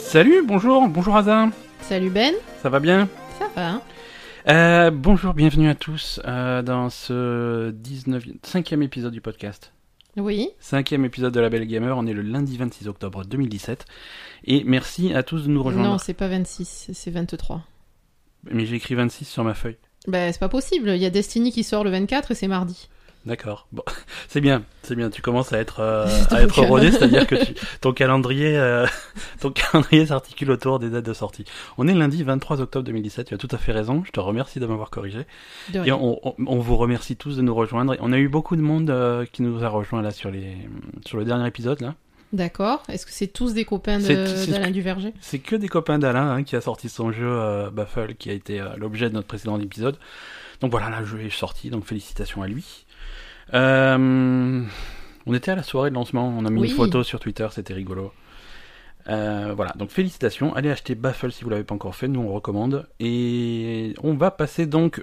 Salut, bonjour Hazard. Salut Ben. Ça va bien? Ça va. Bonjour, bienvenue à tous dans ce 5e épisode du podcast. Oui. 5e épisode de La Belle Gamer, on est le lundi 26 octobre 2017. Et merci à tous de nous rejoindre. Non, c'est pas 26, c'est 23. Mais j'ai écrit 26 sur ma feuille. Bah, c'est pas possible, il y a Destiny qui sort le 24 et c'est mardi. D'accord, bon, c'est bien, tu commences à être rodé, c'est-à-dire que ton calendrier s'articule autour des dates de sortie. On est lundi 23 octobre 2017, tu as tout à fait raison, je te remercie de m'avoir corrigé. Et on vous remercie tous de nous rejoindre. On a eu beaucoup de monde qui nous a rejoints là sur le dernier épisode là. D'accord, est-ce que c'est tous des copains d'Alain Duverger? C'est que des copains d'Alain qui a sorti son jeu Baffle qui a été l'objet de notre précédent épisode. Donc voilà, là, le jeu est sorti, donc félicitations à lui. On était à la soirée de lancement, on a mis une photo sur Twitter, c'était rigolo. Voilà, donc félicitations, allez acheter Baffle si vous l'avez pas encore fait, nous on recommande. Et on va passer donc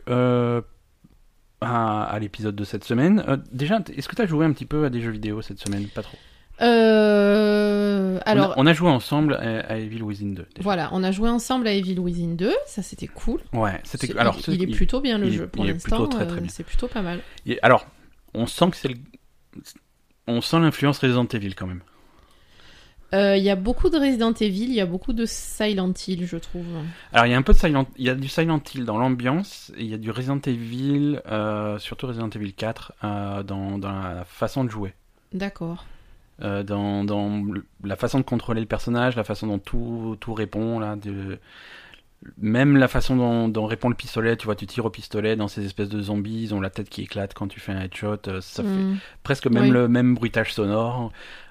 à l'épisode de cette semaine. Déjà, est-ce que tu as joué un petit peu à des jeux vidéo cette semaine? Pas trop. Alors, on a joué ensemble à Evil Within 2. Déjà. Voilà, on a joué ensemble à Evil Within 2, ça c'était cool. Ouais, c'était. Il est plutôt bien le jeu pour l'instant. Plutôt très bien. C'est plutôt pas mal. Alors, on sent que on sent l'influence Resident Evil quand même. Il y a beaucoup de Resident Evil, il y a beaucoup de Silent Hill, je trouve. Alors, il y a un peu il y a du Silent Hill dans l'ambiance, et il y a du Resident Evil, surtout Resident Evil 4, dans la façon de jouer. D'accord. Dans la façon de contrôler le personnage, la façon dont tout répond là, même la façon dont répond le pistolet, tu vois, tu tires au pistolet dans ces espèces de zombies, ils ont la tête qui éclate quand tu fais un headshot, ça fait presque même le même bruitage sonore.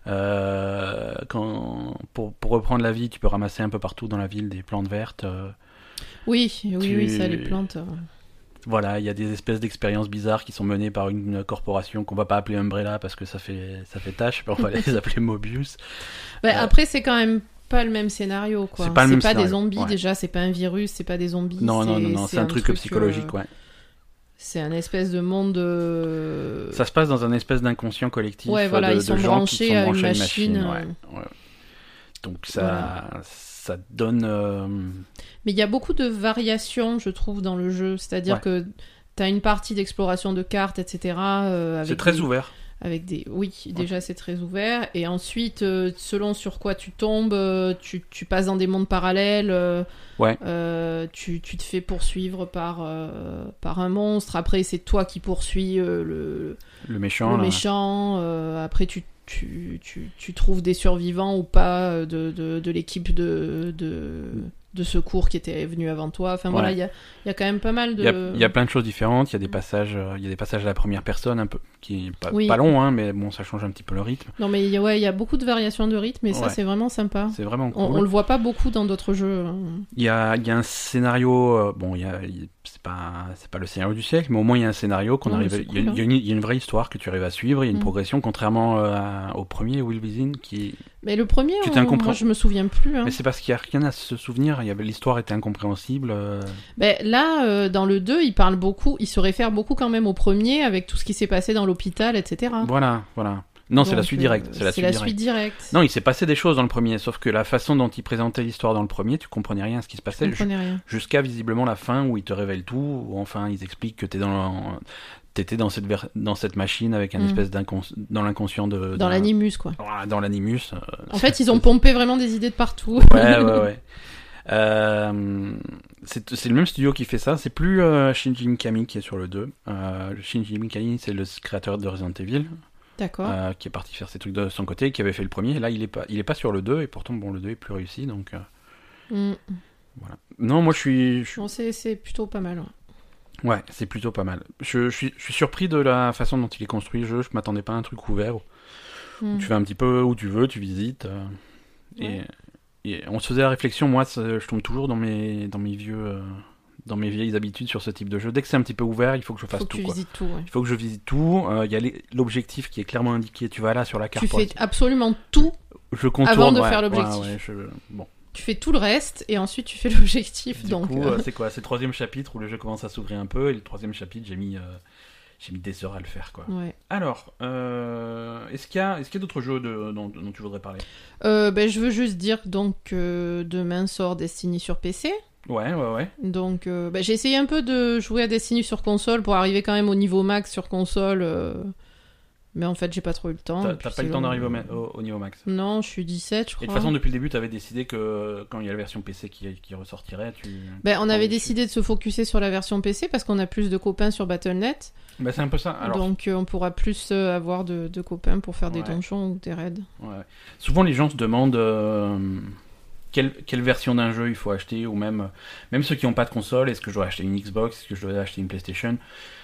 Pour reprendre la vie, tu peux ramasser un peu partout dans la ville des plantes vertes. Oui, ça, les plantes. Voilà, il y a des espèces d'expériences bizarres qui sont menées par une corporation qu'on va pas appeler Umbrella parce que ça fait tâche, mais on va les appeler Mobius. Après, c'est quand même pas le même scénario, quoi. C'est pas des zombies, déjà, c'est pas un virus, c'est pas des zombies. Non, c'est un truc psychologique, ouais. C'est un espèce de monde. Ça se passe dans un espèce d'inconscient collectif. Ouais, voilà, ils sont branchés à une machine. Ouais. Donc ça donne. Mais il y a beaucoup de variations, je trouve, dans le jeu. C'est-à-dire que t'as une partie d'exploration de cartes, etc. C'est très ouvert. Déjà c'est très ouvert. Et ensuite, selon sur quoi tu tombes, tu passes dans des mondes parallèles. Tu te fais poursuivre par un monstre. Après, c'est toi qui poursuis le méchant. Après, tu trouves des survivants ou pas de l'équipe de secours qui était venu avant toi. Enfin voilà, il y a quand même pas mal de. Il y a plein de choses différentes. Il y a des passages à la première personne un peu qui est pas long, hein, mais bon, ça change un petit peu le rythme. Non, mais il y a beaucoup de variations de rythme et ça c'est vraiment sympa. C'est vraiment cool. On le voit pas beaucoup dans d'autres jeux. Il y a un scénario. C'est pas le scénario du siècle, mais au moins il y a un scénario qu'on arrive. Il y a une vraie histoire que tu arrives à suivre. Il y a une progression, contrairement au premier Evil Within qui. Mais le premier, moi je me souviens plus. Hein. Mais c'est parce qu'il y a rien à se souvenir. L'histoire était incompréhensible. Là, dans le 2, il se réfère beaucoup quand même au premier, avec tout ce qui s'est passé dans l'hôpital, etc. Voilà. Non, c'est la suite directe. C'est la suite directe. Non, il s'est passé des choses dans le premier, sauf que la façon dont il présentait l'histoire dans le premier, tu comprenais rien à ce qui se passait. Jusqu'à visiblement la fin où ils te révèlent tout, où enfin ils expliquent que t'étais dans cette machine avec un espèce dans l'inconscient dans l'animus, quoi. Voilà, dans l'animus. En fait, ils ont pompé vraiment des idées de partout. Ouais. C'est le même studio qui fait ça. C'est plus Shinji Mikami qui est sur le 2. Shinji Mikami, c'est le créateur de Resident Evil. D'accord. Qui est parti faire ses trucs de son côté, qui avait fait le premier. Et là, il est pas sur le 2, et pourtant, bon, le 2 est plus réussi, donc. Voilà. Non, moi, je suis. Bon, c'est plutôt pas mal. Ouais, c'est plutôt pas mal. Je suis surpris de la façon dont il est construit le jeu. Je m'attendais pas à un truc ouvert. Où tu fais un petit peu où tu veux, tu visites. Et on se faisait la réflexion, moi, je tombe toujours dans mes vieilles habitudes sur ce type de jeu. Dès que c'est un petit peu ouvert, il faut que je fasse tout. Il faut que je visite tout. Il y a l'objectif qui est clairement indiqué. Tu vas là sur la carte. Tu fais absolument tout avant de faire l'objectif. Bon. Tu fais tout le reste et ensuite tu fais l'objectif. Du coup, c'est quoi? C'est le 3e chapitre où le jeu commence à s'ouvrir un peu. Et le 3e chapitre, j'ai mis j'ai mis des heures à le faire, quoi. Ouais. Alors, est-ce qu'il y a d'autres jeux dont tu voudrais parler? Je veux juste dire donc que demain sort Destiny sur PC. Ouais. Donc, j'ai essayé un peu de jouer à Destiny sur console pour arriver quand même au niveau max sur console. Mais en fait, j'ai pas trop eu le temps. T'as pas eu le temps d'arriver au niveau max? Non, je suis 17, je crois. Et de toute façon, depuis le début, t'avais décidé que quand il y a la version PC qui ressortirait, on avait décidé de se focuser sur la version PC parce qu'on a plus de copains sur Battle.net. C'est un peu ça. Alors... Donc, on pourra plus avoir de copains pour faire des donjons ou des raids. Ouais. Souvent, les gens se demandent quelle version d'un jeu il faut acheter, ou même ceux qui n'ont pas de console, est-ce que je dois acheter une Xbox, est-ce que je dois acheter une PlayStation?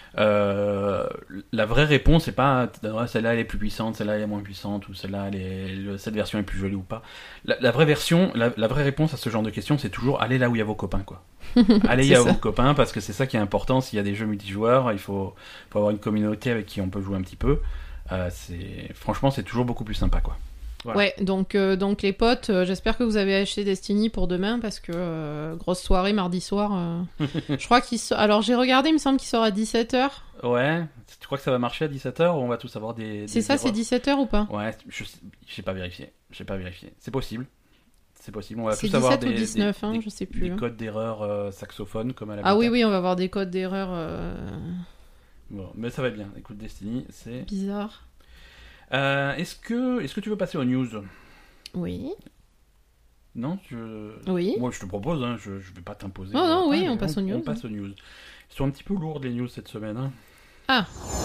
La vraie réponse, c'est pas celle-là elle est plus puissante, celle-là elle est moins puissante, ou celle-là cette version est plus jolie ou pas. La vraie réponse à ce genre de questions, c'est toujours aller là où il y a vos copains, quoi. Allez il y a vos copains, parce que c'est ça qui est important. S'il y a des jeux multijoueurs, il faut avoir une communauté avec qui on peut jouer un petit peu. Franchement, c'est toujours beaucoup plus sympa, quoi. Voilà. Ouais, donc les potes, j'espère que vous avez acheté Destiny pour demain, parce que grosse soirée mardi soir. Je crois alors j'ai regardé, il me semble qu'il sort à 17h. Ouais, tu crois que ça va marcher à 17h, ou on va tous avoir des c'est ça, c'est 17h ou pas? Ouais, j'ai pas vérifié. C'est possible. On va tous avoir 17 ou 19, je sais plus. Des codes d'erreur saxophone comme à la Ah oui, on va avoir des codes d'erreur. Bon, mais ça va bien. Écoute, Destiny, c'est bizarre. Est-ce que tu veux passer aux news? Oui. Non, Oui. Moi, je te propose, je vais pas t'imposer. Non, oui, on passe aux news. On passe aux news. Ils sont un petit peu lourdes, les news, cette semaine. Hein. Ah.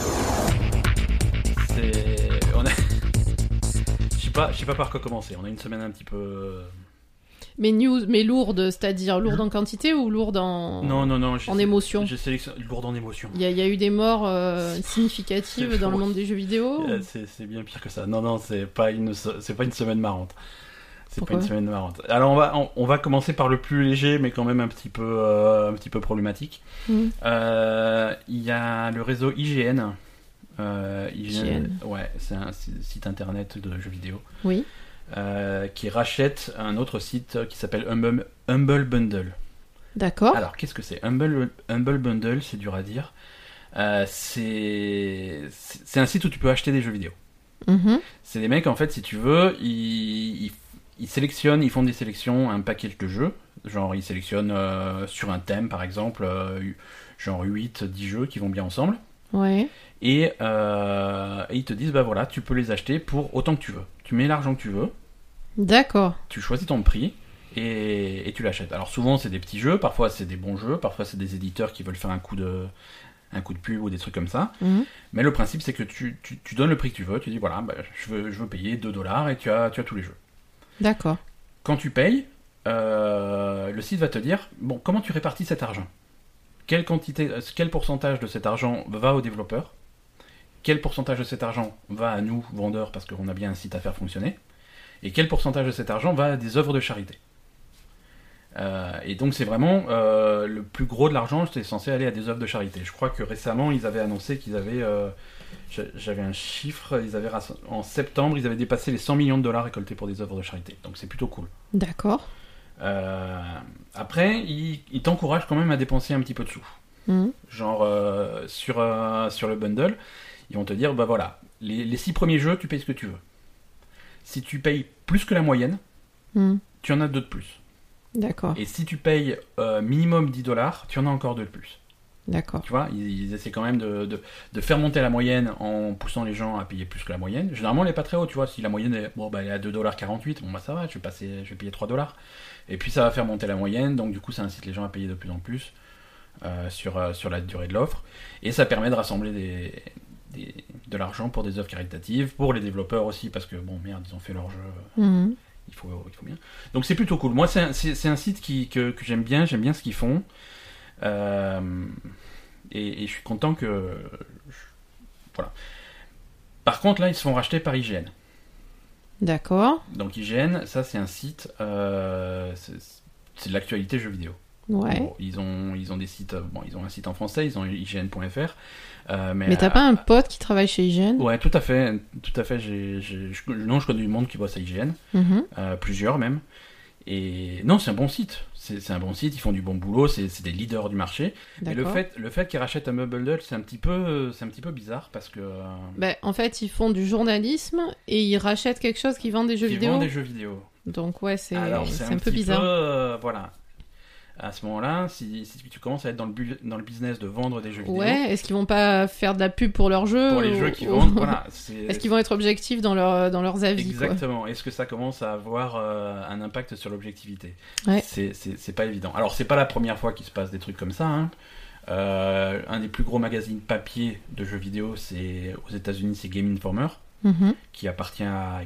Je sais pas par quoi commencer. On a une semaine un petit peu... Mais lourde, c'est-à-dire lourde en quantité ou lourde en... Non. En émotion. J'ai sélectionné lourde en émotion. Il y a eu des morts significatives dans le monde des jeux vidéo. C'est bien pire que ça. Non, c'est pas une semaine marrante. Pourquoi? Pas une semaine marrante. Alors on va commencer par le plus léger, mais quand même un petit peu problématique. Il y a le réseau IGN. IGN. Ouais, c'est un site internet de jeux vidéo. Oui. Qui rachète un autre site qui s'appelle Humble Bundle. D'accord. Alors, qu'est-ce que c'est? Humble Bundle, c'est dur à dire. C'est un site où tu peux acheter des jeux vidéo. C'est des mecs, en fait, si tu veux, ils sélectionnent, ils font des sélections, un package de jeux. Genre, ils sélectionnent sur un thème, par exemple, genre 8-10 jeux qui vont bien ensemble. Ouais. Et ils te disent, bah voilà, tu peux les acheter pour autant que tu veux. Tu mets l'argent que tu veux. D'accord. Tu choisis ton prix et tu l'achètes. Alors souvent c'est des petits jeux, parfois c'est des bons jeux, parfois c'est des éditeurs qui veulent faire un coup de pub ou des trucs comme ça. Mais le principe c'est que tu donnes le prix que tu veux. Tu dis voilà, je veux payer $2 et tu as tous les jeux. D'accord. Quand tu payes, le site va te dire bon, comment tu répartis cet argent? Quel pourcentage de cet argent va aux développeurs? Quel pourcentage de cet argent va à nous, vendeurs, parce qu'on a bien un site à faire fonctionner? Et quel pourcentage de cet argent va à des œuvres de charité? Et donc c'est vraiment le plus gros de l'argent, c'est censé aller à des œuvres de charité. Je crois que récemment, ils avaient annoncé qu'ils avaient... j'avais un chiffre, en septembre, ils avaient dépassé les 100 millions de dollars récoltés pour des œuvres de charité. Donc c'est plutôt cool. D'accord. Après, ils t'encouragent quand même à dépenser un petit peu de sous. Genre, sur le bundle... Ils vont te dire, bah voilà, les 6 premiers jeux, tu payes ce que tu veux. Si tu payes plus que la moyenne, tu en as 2 de plus. D'accord. Et si tu payes minimum $10, tu en as encore 2 de plus. D'accord. Tu vois, ils essaient quand même de faire monter la moyenne en poussant les gens à payer plus que la moyenne. Généralement, elle n'est pas très haute, tu vois. Si la moyenne est, elle est à $2,48, bon bah ça va, je vais payer $3. Et puis ça va faire monter la moyenne, donc du coup ça incite les gens à payer de plus en plus sur la durée de l'offre. Et ça permet de rassembler de l'argent pour des œuvres caritatives, pour les développeurs aussi, parce que bon merde, ils ont fait leur jeu, il faut bien. Donc c'est plutôt cool. Moi c'est un site que j'aime bien ce qu'ils font, et je suis content que voilà. Par contre là ils se font racheter par IGN. D'accord. Donc IGN, ça c'est un site, c'est de l'actualité jeux vidéo. Ouais. Bon, ils ont des sites, ils ont un site en français, ils ont ign.fr. Mais t'as pas un pote qui travaille chez IGN? Ouais, tout à fait. Je connais du monde qui bosse à IGN, plusieurs même. Et non, c'est un bon site. C'est un bon site, ils font du bon boulot, c'est des leaders du marché. D'accord. Mais le fait qu'ils rachètent Humble Bundle, c'est un petit peu bizarre parce que. En fait, ils font du journalisme et ils rachètent quelque chose qui vend des jeux vidéo. Qui vend des jeux vidéo. Donc ouais, c'est un peu bizarre. Voilà. À ce moment-là, si tu commences à être dans le business de vendre des jeux vidéo... Ouais, est-ce qu'ils vont pas faire de la pub pour leurs jeux Pour les jeux qu'ils vendent, voilà. Est-ce qu'ils vont être objectifs dans leurs avis? Exactement. Quoi. Est-ce que ça commence à avoir un impact sur l'objectivité? Ouais. C'est pas évident. Alors, c'est pas la première fois qu'il se passe des trucs comme ça. Hein. Un des plus gros magazines papier de jeux vidéo, c'est aux États-Unis, c'est Game Informer, qui appartient à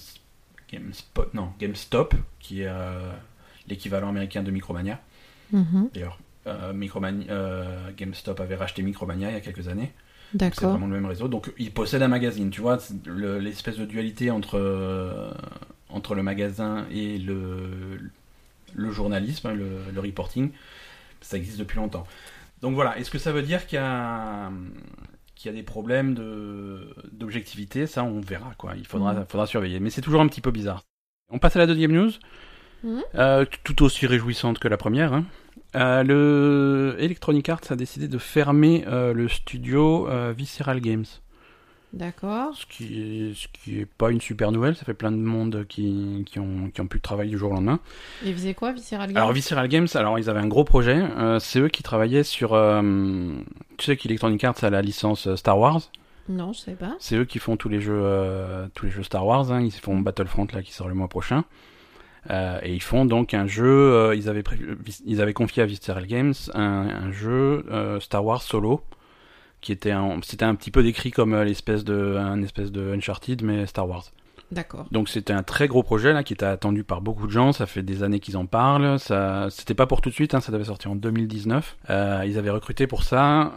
GameStop, qui est l'équivalent américain de Micromania. D'ailleurs, GameStop avait racheté Micromania il y a quelques années. D'accord. C'est vraiment le même réseau. Donc, ils possèdent un magazine. Tu vois, l'espèce de dualité entre le magasin et le journalisme, le reporting, ça existe depuis longtemps. Donc voilà. Est-ce que ça veut dire qu'il y a des problèmes d'objectivité? Ça, on verra, quoi. Il faudra surveiller. Mais c'est toujours un petit peu bizarre. On passe à la deuxième news. Tout aussi réjouissante que la première. Hein. Electronic Arts a décidé de fermer le studio Visceral Games. D'accord. Ce qui est pas une super nouvelle. Ça fait plein de monde qui ont pu travailler du jour au lendemain. Et ils faisaient quoi, Visceral Games? Alors Visceral Games, ils avaient un gros projet. C'est eux qui travaillaient sur... tu sais qu'Electronic Arts a la licence Star Wars. Non, je savais pas. C'est eux qui font tous les jeux Star Wars. Hein. Ils font Battlefront là qui sort le mois prochain. Et ils font donc un jeu. Ils avaient confié à Visceral Games un jeu Star Wars Solo, qui c'était un petit peu décrit comme un espèce de Uncharted mais Star Wars. D'accord. Donc c'était un très gros projet là qui était attendu par beaucoup de gens. Ça fait des années qu'ils en parlent. Ça, c'était pas pour tout de suite. Hein, ça devait sortir en 2019. Ils avaient recruté pour ça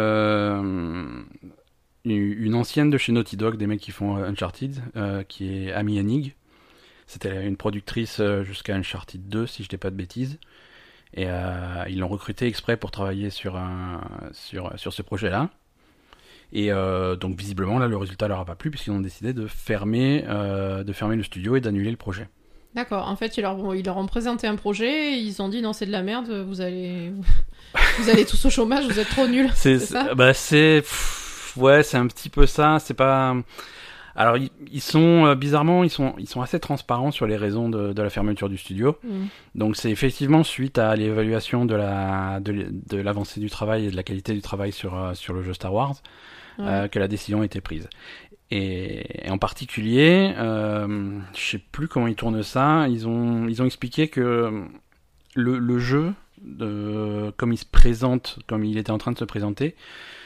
une ancienne de chez Naughty Dog, des mecs qui font Uncharted, qui est Amy Hennig. C'était une productrice jusqu'à Uncharted 2, si je dis pas de bêtises. Et ils l'ont recruté exprès pour travailler sur ce projet-là. Et donc visiblement, là, le résultat leur a pas plu, puisqu'ils ont décidé de fermer le studio et d'annuler le projet. D'accord. En fait, ils leur ont présenté un projet, et ils ont dit non, c'est de la merde, vous allez tous au chômage, vous êtes trop nuls. C'est ça ? Ouais, c'est un petit peu ça. C'est pas... Alors, ils sont bizarrement, ils sont assez transparents sur les raisons de la fermeture du studio. Donc, c'est effectivement suite à l'évaluation de l'avancée du travail et de la qualité du travail sur le jeu Star Wars que la décision a été prise. Et en particulier, je sais plus comment ils tournent ça. Ils ont expliqué que le jeu, comme il se présente, comme il était en train de se présenter,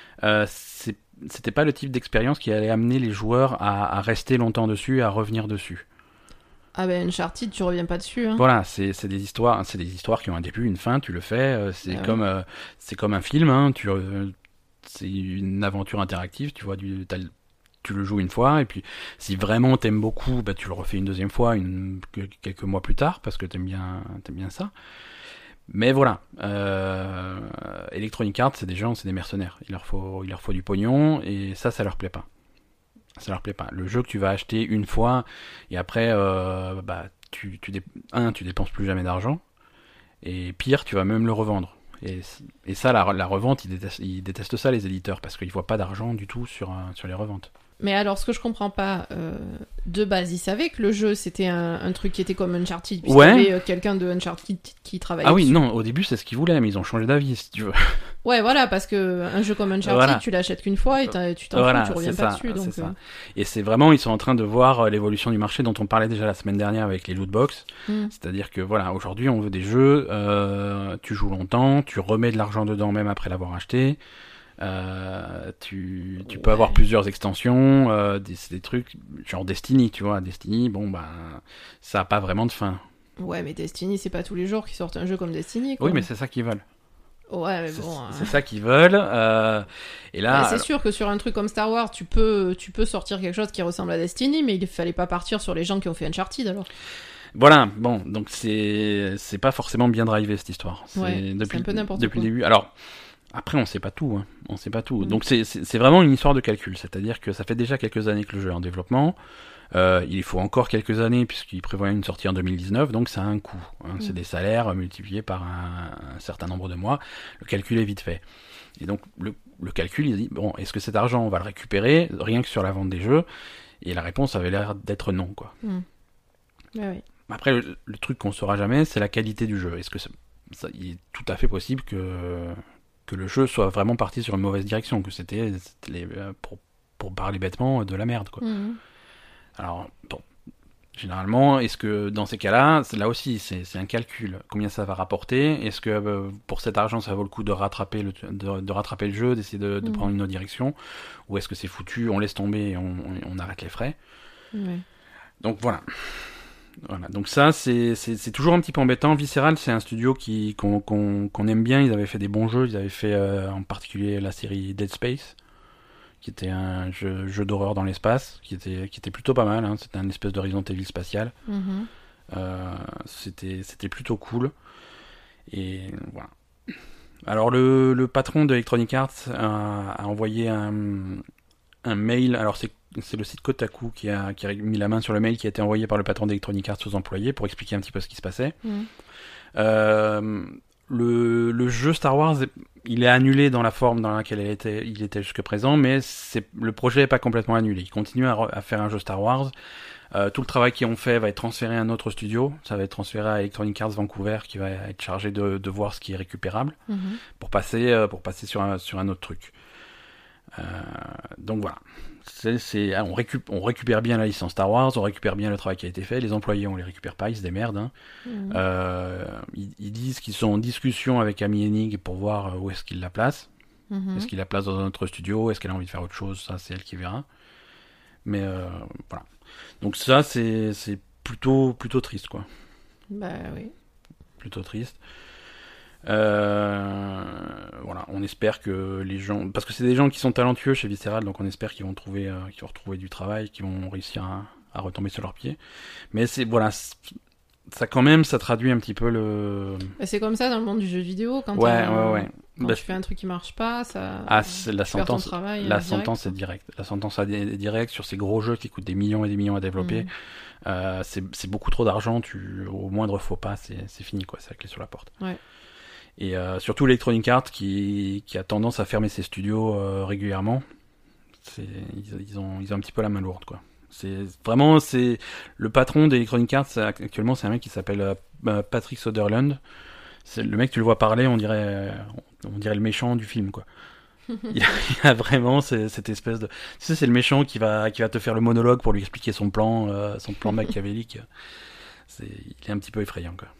c'était pas le type d'expérience qui allait amener les joueurs à rester longtemps dessus, à revenir dessus. Ah ben Uncharted, tu reviens pas dessus. Hein. Voilà, c'est des histoires qui ont un début, une fin. Tu le fais, c'est comme un film. Hein, c'est une aventure interactive. Tu vois, tu le joues une fois et puis si vraiment t'aimes beaucoup, tu le refais une deuxième fois, quelques mois plus tard parce que t'aimes bien ça. Mais voilà, Electronic Arts, c'est des mercenaires. Il leur faut du pognon et ça leur plaît pas. Ça leur plaît pas. Le jeu que tu vas acheter une fois et après, tu dépenses plus jamais d'argent. Et pire, tu vas même le revendre. Et ça, la revente, ils détestent ça, les éditeurs, parce qu'ils voient pas d'argent du tout sur les reventes. Mais alors, ce que je comprends pas, de base, ils savaient que le jeu, c'était un truc qui était comme Uncharted, puisqu'il y avait quelqu'un de Uncharted qui travaillait dessus. Ah oui, non, au début, c'est ce qu'ils voulaient, mais ils ont changé d'avis, si tu veux. Ouais, voilà, parce que un jeu comme Uncharted, tu l'achètes qu'une fois et tu t'en fous, tu reviens pas dessus. Donc, ça. Et c'est vraiment, ils sont en train de voir l'évolution du marché dont on parlait déjà la semaine dernière avec les lootbox. C'est-à-dire que, voilà, aujourd'hui, on veut des jeux, tu joues longtemps, tu remets de l'argent dedans même après l'avoir acheté. Tu peux avoir plusieurs extensions, c'est des trucs genre Destiny, tu vois. Destiny, ça a pas vraiment de fin. Ouais, mais Destiny, c'est pas tous les jours qu'ils sortent un jeu comme Destiny, quoi. Oui, mais c'est ça qu'ils veulent. Ouais, mais bon. C'est ça qu'ils veulent. Et là, c'est sûr que sur un truc comme Star Wars, tu peux sortir quelque chose qui ressemble à Destiny, mais il fallait pas partir sur les gens qui ont fait Uncharted, alors. Voilà, bon, donc c'est pas forcément bien drivé cette histoire. C'est un peu n'importe quoi. Depuis le début. Alors, Après, on sait pas tout. Hein. On sait pas tout. Donc c'est vraiment une histoire de calcul. C'est-à-dire que ça fait déjà quelques années que le jeu est en développement. Il faut encore quelques années puisqu'il prévoit une sortie en 2019. Donc ça a un coût. Hein. C'est des salaires multipliés par un certain nombre de mois. Le calcul est vite fait. Et donc le calcul, il dit bon, est-ce que cet argent on va le récupérer rien que sur la vente des jeux? Et la réponse avait l'air d'être non, quoi. Oui. Après, le truc qu'on saura jamais, c'est la qualité du jeu. Est-ce que il est tout à fait possible que le jeu soit vraiment parti sur une mauvaise direction, que c'était pour parler bêtement, de la merde, quoi. Alors, bon, généralement, est-ce que dans ces cas-là, là aussi, c'est un calcul. Combien ça va rapporter? Est-ce que pour cet argent, ça vaut le coup de rattraper le jeu, d'essayer de prendre une autre direction? Ou est-ce que c'est foutu, on laisse tomber et on arrête les frais? Donc voilà. Donc ça, c'est toujours un petit peu embêtant. Visceral, c'est un studio qu'on aime bien. Ils avaient fait des bons jeux. Ils avaient fait en particulier la série Dead Space, qui était un jeu d'horreur dans l'espace, qui était plutôt pas mal. Hein. C'était un espèce de Resident Evil spatial. C'était plutôt cool. Et voilà. Alors le patron de Electronic Arts a envoyé un mail. Alors c'est le site Kotaku qui a mis la main sur le mail qui a été envoyé par le patron d'Electronic Arts aux employés pour expliquer un petit peu ce qui se passait. Le jeu Star Wars, il est annulé dans la forme dans laquelle il était jusque présent, mais le projet n'est pas complètement annulé. Il continue à faire un jeu Star Wars. Tout le travail qu'ils ont fait va être transféré à un autre studio. Ça va être transféré à Electronic Arts Vancouver, qui va être chargé de voir ce qui est récupérable pour passer sur un autre truc. Donc voilà. On récupère bien la licence Star Wars, on récupère bien le travail qui a été fait. Les employés, on les récupère pas, ils se démerdent. Hein. Ils disent qu'ils sont en discussion avec Amy Hennig pour voir où est-ce qu'ils la placent. Est-ce qu'ils la placent dans un autre studio? Est-ce qu'elle a envie de faire autre chose? Ça, c'est elle qui verra. Mais voilà. Donc ça, c'est plutôt triste, quoi. Bah oui. Plutôt triste. Voilà, on espère que les gens, parce que c'est des gens qui sont talentueux chez Visceral, donc on espère qu'ils vont retrouver du travail, qu'ils vont réussir à retomber sur leurs pieds. Mais ça quand même, ça traduit un petit peu le. C'est comme ça dans le monde du jeu vidéo quand Quand tu fais un truc qui marche pas, ça. La sentence. La sentence est directe. La sentence est directe sur ces gros jeux qui coûtent des millions et des millions à développer. C'est beaucoup trop d'argent. Au moindre faux pas, c'est fini, quoi. C'est la clé sur la porte. Ouais. Et surtout Electronic Arts qui a tendance à fermer ses studios régulièrement. Ils ont un petit peu la main lourde, quoi. C'est le patron d'Electronic Arts actuellement, c'est un mec qui s'appelle Patrick Soderlund. C'est le mec, tu le vois parler, on dirait le méchant du film, quoi. Il y a vraiment cette espèce de, tu sais, c'est le méchant qui va te faire le monologue pour lui expliquer son plan machiavélique. Il est un petit peu effrayant, quoi.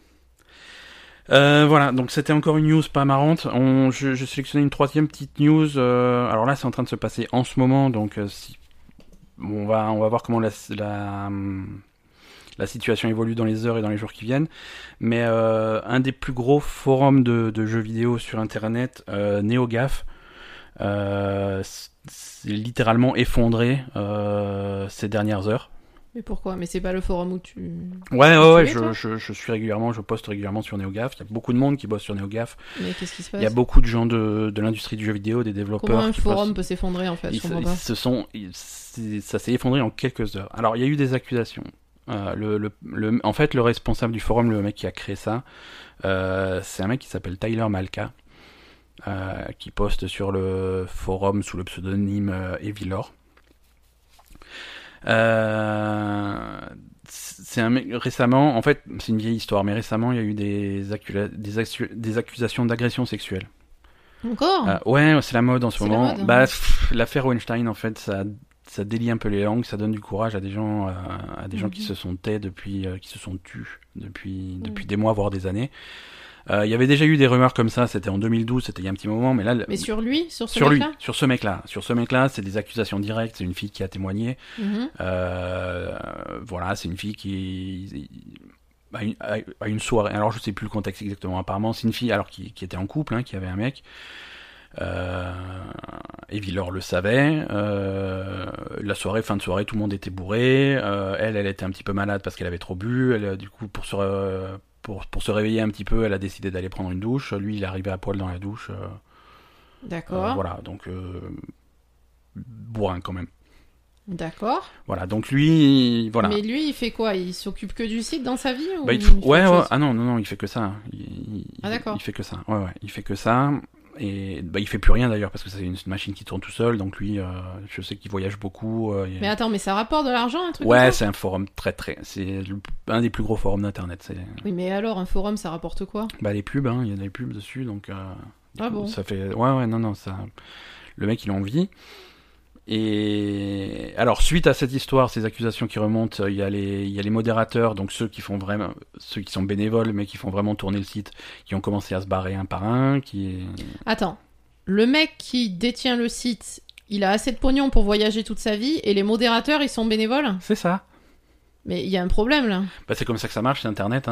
Voilà, donc c'était encore une news pas marrante. Je sélectionnais une troisième petite news. Alors là, c'est en train de se passer en ce moment, donc on va voir comment la situation évolue dans les heures et dans les jours qui viennent. Mais un des plus gros forums de jeux vidéo sur Internet, NeoGAF, c'est littéralement effondré ces dernières heures. Mais pourquoi? Mais c'est pas le forum où tu... Ouais, je suis régulièrement, je poste régulièrement sur NeoGAF. Il y a beaucoup de monde qui bosse sur NeoGAF. Mais qu'est-ce qui se passe? Il y a beaucoup de gens de l'industrie du jeu vidéo, des développeurs. Comment un forum peut s'effondrer, en fait? Je comprends pas. Ça s'est effondré en quelques heures. Alors, il y a eu des accusations. En fait, le responsable du forum, le mec qui a créé ça, c'est un mec qui s'appelle Tyler Malka, qui poste sur le forum sous le pseudonyme Evilor. C'est un mec, récemment, en fait, c'est une vieille histoire, mais récemment, il y a eu des accusations d'agression sexuelle. Encore? Ouais, c'est la mode en ce moment. Mode, l'affaire Weinstein, en fait, ça délie un peu les langues, ça donne du courage à des gens, qui se sont tus depuis des mois, voire des années. Il y avait déjà eu des rumeurs comme ça, c'était en 2012, c'était il y a un petit moment, mais là... Mais sur lui? Sur ce mec-là, c'est des accusations directes, c'est une fille qui a témoigné. Voilà, c'est une fille qui... à une soirée, alors je sais plus le contexte exactement, apparemment c'est une fille alors qui était en couple, qui avait un mec. Evilor le savait. La soirée, fin de soirée, tout le monde était bourré. Elle était un petit peu malade parce qu'elle avait trop bu. Du coup, pour se réveiller un petit peu, elle a décidé d'aller prendre une douche. Lui, il est arrivé à poil dans la douche. D'accord. Voilà, donc bourrin quand même. D'accord. Voilà, donc lui, voilà. Mais lui, il fait quoi? Il s'occupe que du site dans sa vie ou ouais, ah non, il fait que ça. D'accord. Il fait que ça. Ouais, il fait que ça. Et il fait plus rien d'ailleurs parce que c'est une machine qui tourne tout seul. Donc lui, je sais qu'il voyage beaucoup. Mais attends, mais ça rapporte de l'argent, un truc Ouais, comme ça? c'est un forum c'est un des plus gros forums d'internet. Oui, mais alors un forum, ça rapporte quoi? Les pubs, il y a des pubs dessus, donc. Bon. Ça fait. Ouais, non, ça. Le mec, il a envie. Et alors, suite à cette histoire, ces accusations qui remontent, il y a les modérateurs, donc ceux qui sont bénévoles, mais qui font vraiment tourner le site, qui ont commencé à se barrer un par un. Attends, le mec qui détient le site, il a assez de pognon pour voyager toute sa vie, et les modérateurs, ils sont bénévoles? C'est ça. Mais il y a un problème là. C'est comme ça que ça marche, c'est Internet.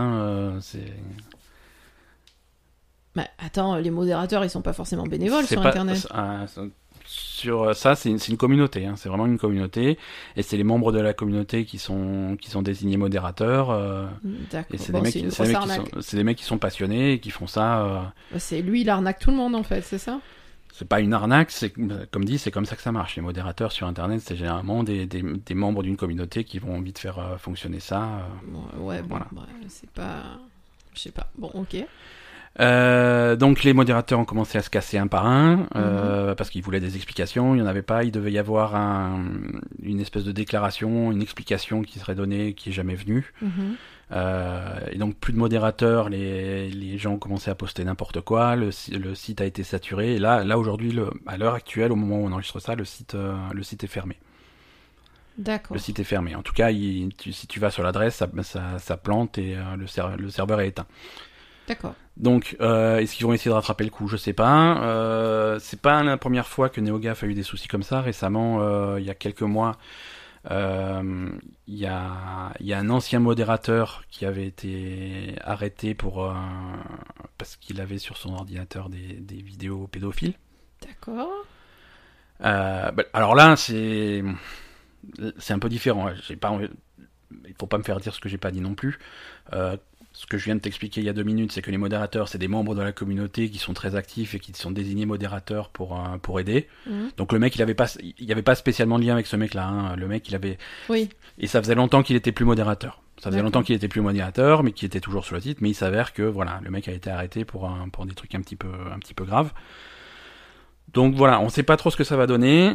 Attends, les modérateurs, ils sont pas forcément bénévoles sur Internet. Sur ça, c'est une communauté, c'est vraiment une communauté, et c'est les membres de la communauté qui sont désignés modérateurs. D'accord. Et c'est des mecs qui sont passionnés et qui font ça. C'est lui, il arnaque tout le monde en fait, c'est ça? C'est pas une arnaque, comme dit, c'est comme ça que ça marche. Les modérateurs sur Internet, c'est généralement des membres d'une communauté qui vont envie de faire fonctionner ça. C'est pas, je sais pas. Bon, ok. Donc les modérateurs ont commencé à se casser un par un parce qu'ils voulaient des explications, il n'y en avait pas, il devait y avoir une espèce de déclaration, une explication qui serait donnée, qui est jamais venue. Et donc plus de modérateurs, les gens ont commencé à poster n'importe quoi, le site a été saturé, et là aujourd'hui, à l'heure actuelle, au moment où on enregistre ça, le site est fermé. D'accord. Le site est fermé. En tout cas, si tu vas sur l'adresse, ça plante et le serveur est éteint. D'accord. Donc, est-ce qu'ils vont essayer de rattraper le coup? Je sais pas. C'est pas la première fois que NeoGAF a eu des soucis comme ça. Récemment, il y a quelques mois, il y a un ancien modérateur qui avait été arrêté parce qu'il avait sur son ordinateur des vidéos pédophiles. D'accord. Alors là, c'est un peu différent. Il faut pas me faire dire ce que j'ai pas dit non plus. Ce que je viens de t'expliquer il y a 2 minutes, c'est que les modérateurs, c'est des membres de la communauté qui sont très actifs et qui sont désignés modérateurs pour aider. Donc le mec, il y avait pas spécialement de lien avec ce mec-là. Le mec, il avait. Oui. Et ça faisait longtemps qu'il était plus modérateur. Mais qui était toujours sur le site. Mais il s'avère que voilà, le mec a été arrêté pour des trucs un petit peu graves. Donc voilà, on sait pas trop ce que ça va donner.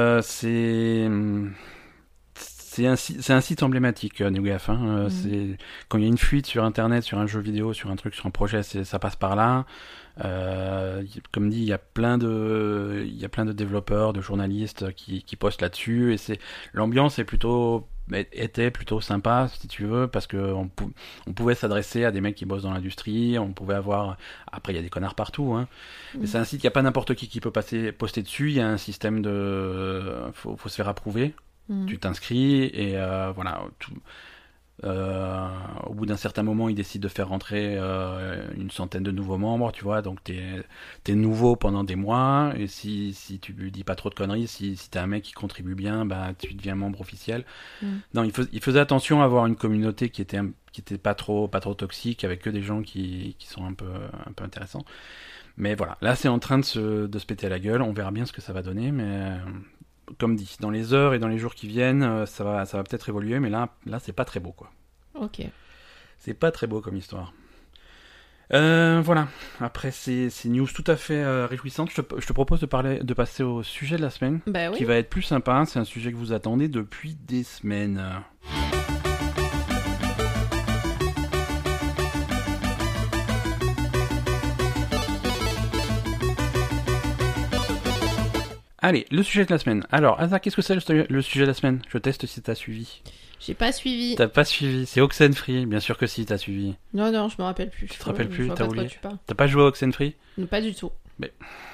C'est un site emblématique, NeoGAF. C'est quand il y a une fuite sur Internet, sur un jeu vidéo, sur un truc, sur un projet, ça passe par là. Comme dit, il y a plein de développeurs, de journalistes qui postent là-dessus, et l'ambiance était plutôt sympa, si tu veux, parce que on pouvait s'adresser à des mecs qui bossent dans l'industrie, on pouvait avoir. Après, il y a des connards partout, mais c'est un site, il n'y a pas n'importe qui peut poster dessus. Il y a un système faut se faire approuver. Tu t'inscris et voilà. Au bout d'un certain moment, ils décident de faire rentrer une centaine de nouveaux membres, tu vois. Donc t'es nouveau pendant des mois, et si tu lui dis pas trop de conneries, si t'es un mec qui contribue bien, tu deviens membre officiel. Non, il faisait attention à avoir une communauté qui était pas trop toxique, avec que des gens qui sont un peu intéressants. Mais voilà, là c'est en train de se péter à la gueule. On verra bien ce que ça va donner, mais comme dit, dans les heures et dans les jours qui viennent, ça va peut-être évoluer, mais là c'est pas très beau, quoi. Ok. C'est pas très beau comme histoire. Voilà. Après ces news tout à fait réjouissantes, je te propose de passer au sujet de la semaine, oui. Qui va être plus sympa. C'est un sujet que vous attendez depuis des semaines. Allez, le sujet de la semaine. Alors, Asa, qu'est-ce que c'est le sujet de la semaine? Je teste si t'as suivi. J'ai pas suivi. T'as pas suivi? C'est Oxenfree, bien sûr que si, t'as suivi. Non, je me rappelle plus. Tu te rappelles plus? T'as oublié? T'as pas joué à Oxenfree? Non, pas du tout. Mais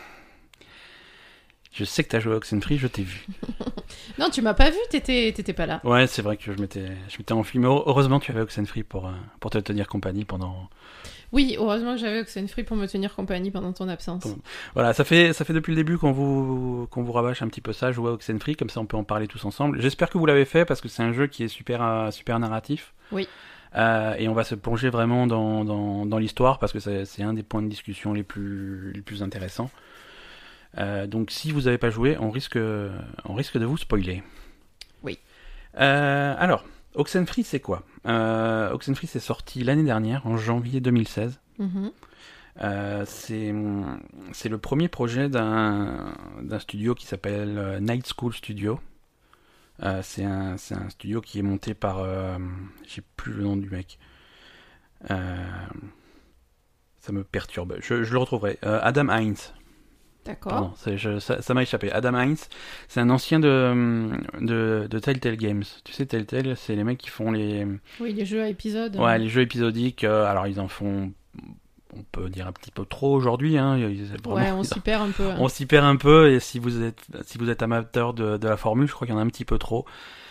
je sais que t'as joué à Oxenfree, je t'ai vu. Non, tu m'as pas vu, t'étais pas là. Ouais, c'est vrai que je m'étais enfui, mais heureusement tu avais Oxenfree pour te tenir compagnie pendant. Oui, heureusement que j'avais Oxenfree pour me tenir compagnie pendant ton absence. Voilà, ça fait depuis le début qu'on vous rabâche un petit peu ça, jouer à Oxenfree, comme ça on peut en parler tous ensemble. J'espère que vous l'avez fait, parce que c'est un jeu qui est super narratif. Oui. Et on va se plonger vraiment dans l'histoire, parce que c'est un des points de discussion les plus intéressants. Donc si vous n'avez pas joué, on risque de vous spoiler. Oui. Alors, Oxenfree, c'est quoi ? Oxenfree, c'est sorti l'année dernière, en janvier 2016. C'est le premier projet d'un studio qui s'appelle Night School Studio. C'est un studio qui est monté par... j'ai plus le nom du mec. Ça me perturbe. Je le retrouverai. Adam Hines. D'accord. Pardon, ça m'a échappé. Adam Hines, c'est un ancien de Telltale Games. Tu sais, Telltale, c'est les mecs qui font les... Oui, les jeux à épisodes. Ouais, les jeux épisodiques. Alors, ils en font... On peut dire un petit peu trop aujourd'hui. Hein. On s'y perd un peu. Hein. On s'y perd un peu, et si vous êtes amateur de la formule, je crois qu'il y en a un petit peu trop.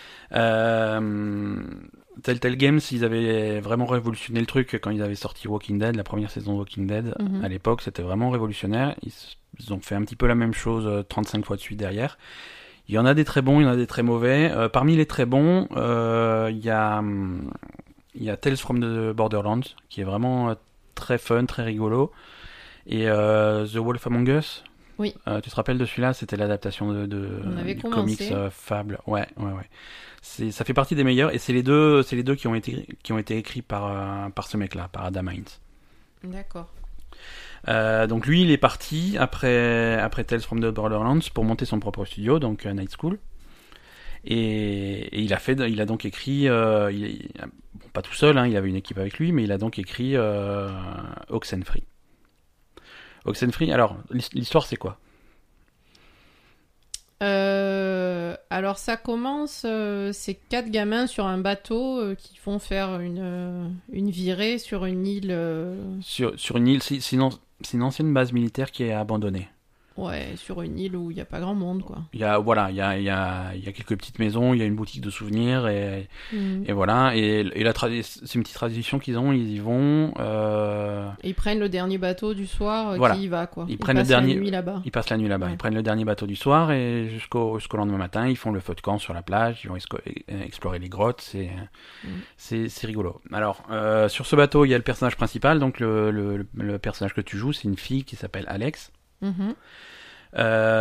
Telltale Games, ils avaient vraiment révolutionné le truc quand ils avaient sorti Walking Dead, la première saison de Walking Dead. À l'époque, c'était vraiment révolutionnaire. Ils ont fait un petit peu la même chose 35 fois de suite derrière. Il y en a des très bons, il y en a des très mauvais. Parmi les très bons, il y a Tales from the Borderlands, qui est vraiment très fun, très rigolo. Et The Wolf Among Us. Oui. Tu te rappelles de celui-là ? C'était l'adaptation du comics Fable. Ouais. Ça fait partie des meilleurs, et c'est les deux qui ont été écrits par ce mec-là, par Adam Hines. D'accord. Donc lui, il est parti après Tales from the Borderlands pour monter son propre studio, donc Night School. Et il a donc écrit, pas tout seul, hein, il avait une équipe avec lui, mais il a donc écrit Oxenfree. Oxenfree, alors l'histoire c'est quoi ? Alors ça commence, c'est 4 gamins sur un bateau qui vont faire une virée sur une île. Sur une île, c'est une ancienne base militaire qui est abandonnée. Ouais, sur une île où il n'y a pas grand monde, quoi. Il y a quelques petites maisons, il y a une boutique de souvenirs, et voilà. Et c'est une petite tradition qu'ils ont, ils y vont. Et ils prennent le dernier bateau du soir qui y va, quoi. Ils passent la nuit là-bas. Ouais. Ils prennent le dernier bateau du soir, et jusqu'au lendemain matin, ils font le feu de camp sur la plage, ils vont explorer les grottes, c'est rigolo. Alors, sur ce bateau, il y a le personnage principal, donc le personnage que tu joues, c'est une fille qui s'appelle Alex. Il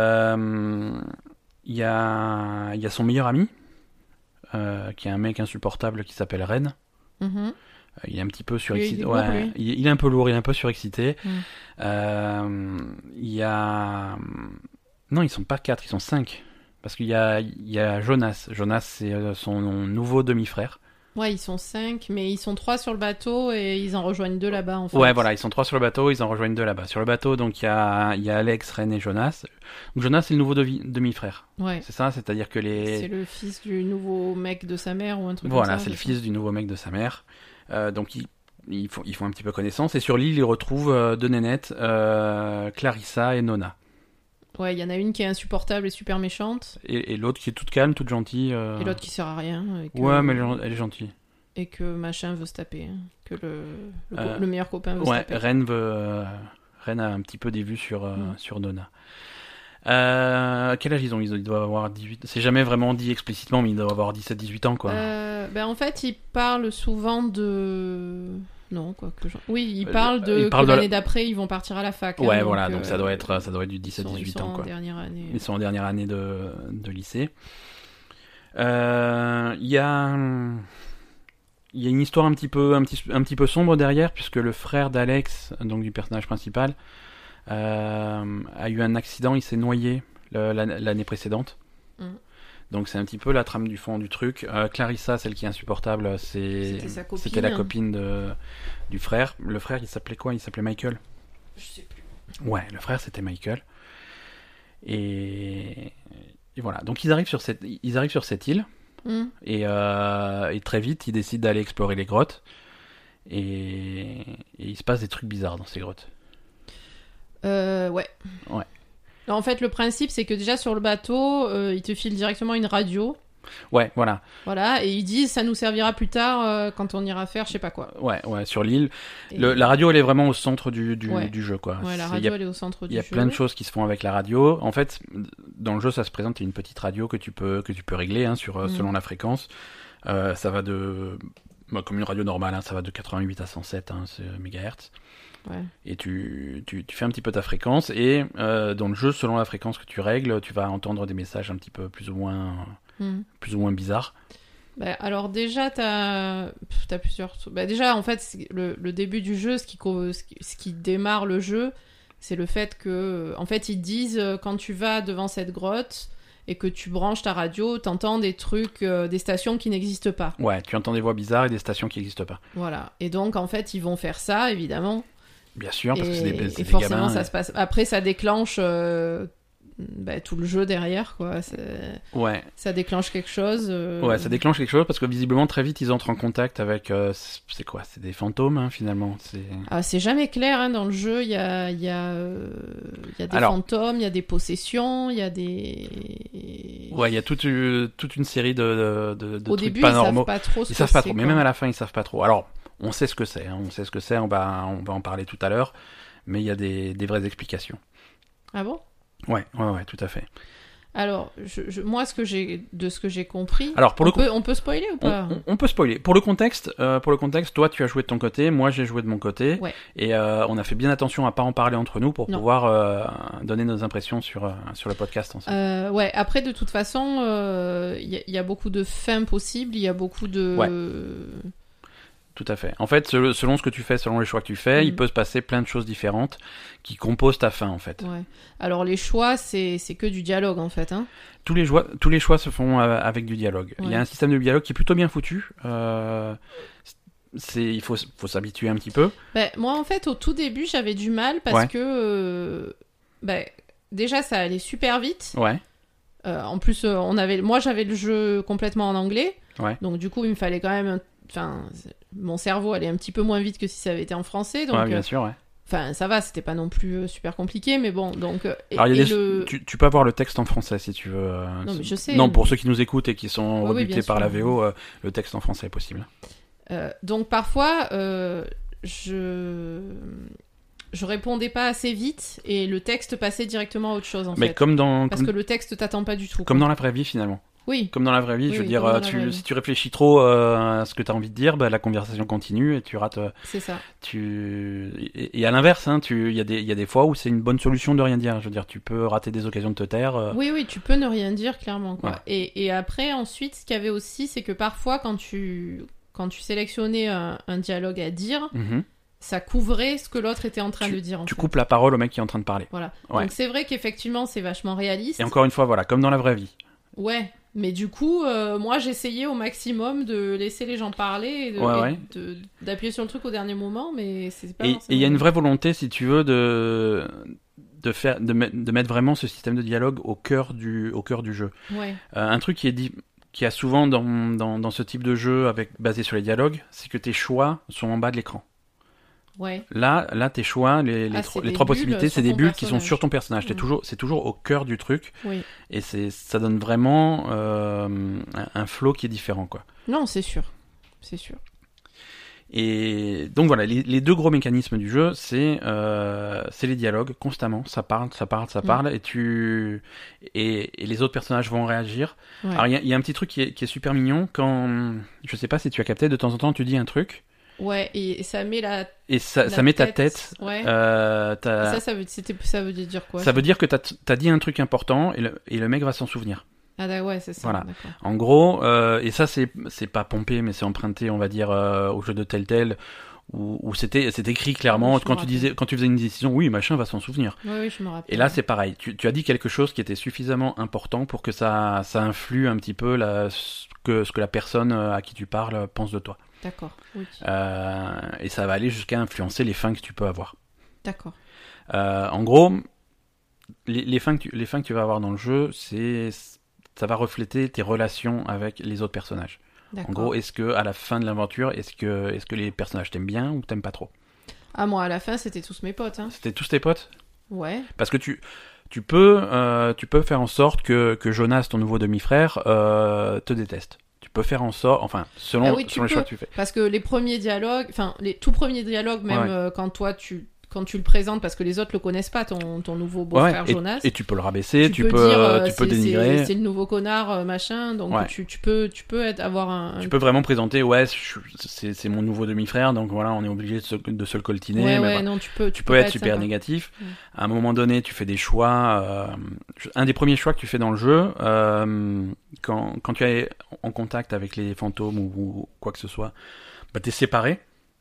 y a son meilleur ami qui est un mec insupportable qui s'appelle Ren. Il est un petit peu surexcité. Il est un peu lourd, il est un peu surexcité. Il y a... Non, ils sont pas 4, ils sont 5. Parce qu'il y a Jonas. Jonas, c'est son nouveau demi-frère. Ouais, ils sont 5, mais ils sont 3 sur le bateau et ils en rejoignent 2 là-bas, en fait. Ouais, voilà, ils sont 3 sur le bateau, ils en rejoignent 2 là-bas. Sur le bateau, donc, il y a Alex, Ren et Jonas. Donc, Jonas, c'est le nouveau demi-frère. Ouais. C'est ça, c'est-à-dire que C'est le fils du nouveau mec de sa mère ou un truc comme ça. Voilà, c'est le fils du nouveau mec de sa mère. Donc, ils font un petit peu connaissance. Et sur l'île, ils retrouvent 2 nénettes, Clarissa et Nona. Ouais, il y en a une qui est insupportable et super méchante. Et l'autre qui est toute calme, toute gentille. Et l'autre qui sert à rien. Ouais, mais elle est gentille. Et que machin veut se taper. Que le meilleur copain veut se taper. Ren a un petit peu des vues sur Nona. Quel âge ils ont ? Ils doivent avoir 18. C'est jamais vraiment dit explicitement, mais ils doivent avoir 17-18 ans, quoi. En fait, ils parlent souvent de... Non, quoi que Oui, ils parlent que l'année d'après, ils vont partir à la fac. Ouais, voilà, donc ça doit être du 17-18 ans, quoi. Dernière année. Ils sont en dernière année de lycée. Il y a une histoire un petit peu sombre derrière, puisque le frère d'Alex, donc du personnage principal, a eu un accident, il s'est noyé l'année précédente. Donc c'est un petit peu la trame du fond du truc. Clarissa, celle qui est insupportable, c'était la copine du frère. Le frère, il s'appelait quoi ? Il s'appelait Michael ? Je sais plus. Ouais, le frère, c'était Michael. Et voilà. Donc ils arrivent sur cette île. Et très vite, ils décident d'aller explorer les grottes. Et il se passe des trucs bizarres dans ces grottes. Ouais. En fait, le principe, c'est que déjà sur le bateau, ils te filent directement une radio. Ouais, voilà. Voilà, et ils disent ça nous servira plus tard quand on ira faire je sais pas quoi. Ouais, sur l'île. La radio, elle est vraiment au centre du jeu, quoi. Ouais, la radio, elle est au centre du jeu. Il y a plein de choses qui se font avec la radio. En fait, dans le jeu, ça se présente une petite radio que tu peux régler selon la fréquence. Ça va comme une radio normale, ça va de 88 à 107 MHz. Et tu fais un petit peu ta fréquence, et dans le jeu, selon la fréquence que tu règles, tu vas entendre des messages un petit peu plus ou moins bizarres. Alors déjà, t'as plusieurs... déjà, en fait, le début du jeu, ce qui démarre le jeu, c'est le fait que... En fait, ils disent, quand tu vas devant cette grotte et que tu branches ta radio, t'entends des trucs, des stations qui n'existent pas. Ouais, tu entends des voix bizarres et des stations qui n'existent pas. Voilà. Et donc, en fait, ils vont faire ça, évidemment. Bien sûr, parce que c'est des forcément, gamins, ça se passe... Après, ça déclenche... tout le jeu derrière, quoi. Ouais. Ça déclenche quelque chose. Ouais, ça déclenche quelque chose parce que visiblement très vite ils entrent en contact avec. C'est quoi ? C'est des fantômes, hein, finalement. C'est jamais clair, hein, dans le jeu. Il y a des fantômes, il y a des possessions, il y a des. Ouais, il y a toute une série de Au trucs début, paranormaux. Ils savent pas trop. Ils savent pas trop, mais même à la fin ils savent pas trop. Alors, on sait ce que c'est. Hein, on va en parler tout à l'heure, mais il y a des vraies explications. Ah bon ? Ouais, tout à fait. Alors, moi, ce que j'ai compris, alors, on peut spoiler ou pas ? On peut spoiler. Pour le contexte, toi, tu as joué de ton côté, moi, j'ai joué de mon côté, et on a fait bien attention à pas en parler entre nous pour pouvoir donner nos impressions sur le podcast ensemble. Après, de toute façon, il y a beaucoup de fins possibles, il y a beaucoup de... Ouais. Tout à fait. En fait, selon ce que tu fais, selon les choix que tu fais, il peut se passer plein de choses différentes qui composent ta fin, en fait. Ouais. Alors, les choix, c'est que du dialogue, en fait. Hein. Tous les choix se font avec du dialogue. Ouais. Il y a un système de dialogue qui est plutôt bien foutu. Il faut s'habituer un petit peu. Moi, en fait, au tout début, j'avais du mal parce que... déjà, ça allait super vite. Ouais. En plus, moi, j'avais le jeu complètement en anglais. Ouais. Donc, du coup, il me fallait quand même... mon cerveau allait un petit peu moins vite que si ça avait été en français. Donc, bien sûr, ouais. Enfin, ça va, c'était pas non plus super compliqué, mais bon, donc... Alors, tu peux avoir le texte en français, si tu veux. Non, mais je sais. Non, pour ceux qui nous écoutent et qui sont rebutés par la VO, le texte en français est possible. Donc, parfois, je répondais pas assez vite, et le texte passait directement à autre chose, en fait. Parce que le texte t'attend pas du tout. Comme dans la vraie vie, finalement. Oui. Comme dans la vraie vie, je veux dire, si tu réfléchis trop à ce que tu as envie de dire, la conversation continue et tu rates. C'est ça. Et à l'inverse, hein, il y a des fois où c'est une bonne solution de rien dire. Je veux dire, tu peux rater des occasions de te taire. Oui, tu peux ne rien dire, clairement, quoi. Ouais. Et après, ensuite, ce qu'il y avait aussi, c'est que parfois, quand tu sélectionnais un dialogue à dire, ça couvrait ce que l'autre était en train de dire. Tu coupes la parole au mec qui est en train de parler. Voilà. Ouais. Donc c'est vrai qu'effectivement, c'est vachement réaliste. Et encore une fois, voilà, comme dans la vraie vie. Ouais. Mais du coup, moi, j'essayais au maximum de laisser les gens parler et d'appuyer sur le truc au dernier moment, mais c'est pas forcément... Et il y a une vraie volonté, si tu veux, de mettre vraiment ce système de dialogue au cœur du jeu. Ouais. Un truc qui a souvent dans ce type de jeu basé sur les dialogues, c'est que tes choix sont en bas de l'écran. Ouais. Là, tes choix, les trois possibilités, c'est des bulles qui sont sur ton personnage. C'est toujours au cœur du truc. Oui. Et ça donne vraiment un flow qui est différent, quoi. Non, c'est sûr. C'est sûr. Et donc voilà, les deux gros mécanismes du jeu, c'est les dialogues constamment. Ça parle, et les autres personnages vont réagir. Ouais. Alors il y a un petit truc qui est super mignon quand, je sais pas si tu as capté, de temps en temps tu dis un truc. Ouais, et ça met ça met ta tête. Ouais. Ça veut dire quoi? Ça veut dire que t'as dit un truc important et le mec va s'en souvenir. Ah ouais, c'est ça. Voilà. D'accord. En gros, et ça c'est pas pompé, mais c'est emprunté, on va dire, au jeu de Telltale, où c'était écrit clairement quand tu faisais une décision, oui, machin va s'en souvenir. Oui, je me rappelle. Et là c'est pareil. Tu as dit quelque chose qui était suffisamment important pour que ça influe un petit peu ce que la personne à qui tu parles pense de toi. D'accord. Oui. Et ça va aller jusqu'à influencer les fins que tu peux avoir. D'accord. En gros, les fins que tu vas avoir dans le jeu, ça va refléter tes relations avec les autres personnages. D'accord. En gros, est-ce que à la fin de l'aventure, est-ce que les personnages t'aiment bien ou t'aimes pas trop? Ah, moi à la fin, c'était tous mes potes. Hein. C'était tous tes potes? Ouais. Parce que tu peux faire en sorte que Jonas, ton nouveau demi-frère, te déteste. Tu peux faire en sorte, enfin, selon les choix que tu fais. Parce que les premiers dialogues, enfin, les tout premiers dialogues, même quand quand tu le présentes, parce que les autres le connaissent pas, ton nouveau beau-frère Jonas. Et tu peux le rabaisser, tu peux dénigrer. C'est le nouveau connard, machin, donc tu peux avoir un... Tu peux vraiment présenter, c'est mon nouveau demi-frère, donc voilà, on est obligé de se le coltiner. Tu peux être super négatif. À un moment donné, tu fais des choix. Un des premiers choix que tu fais dans le jeu, quand tu es en contact avec les fantômes ou quoi que ce soit, t'es séparé.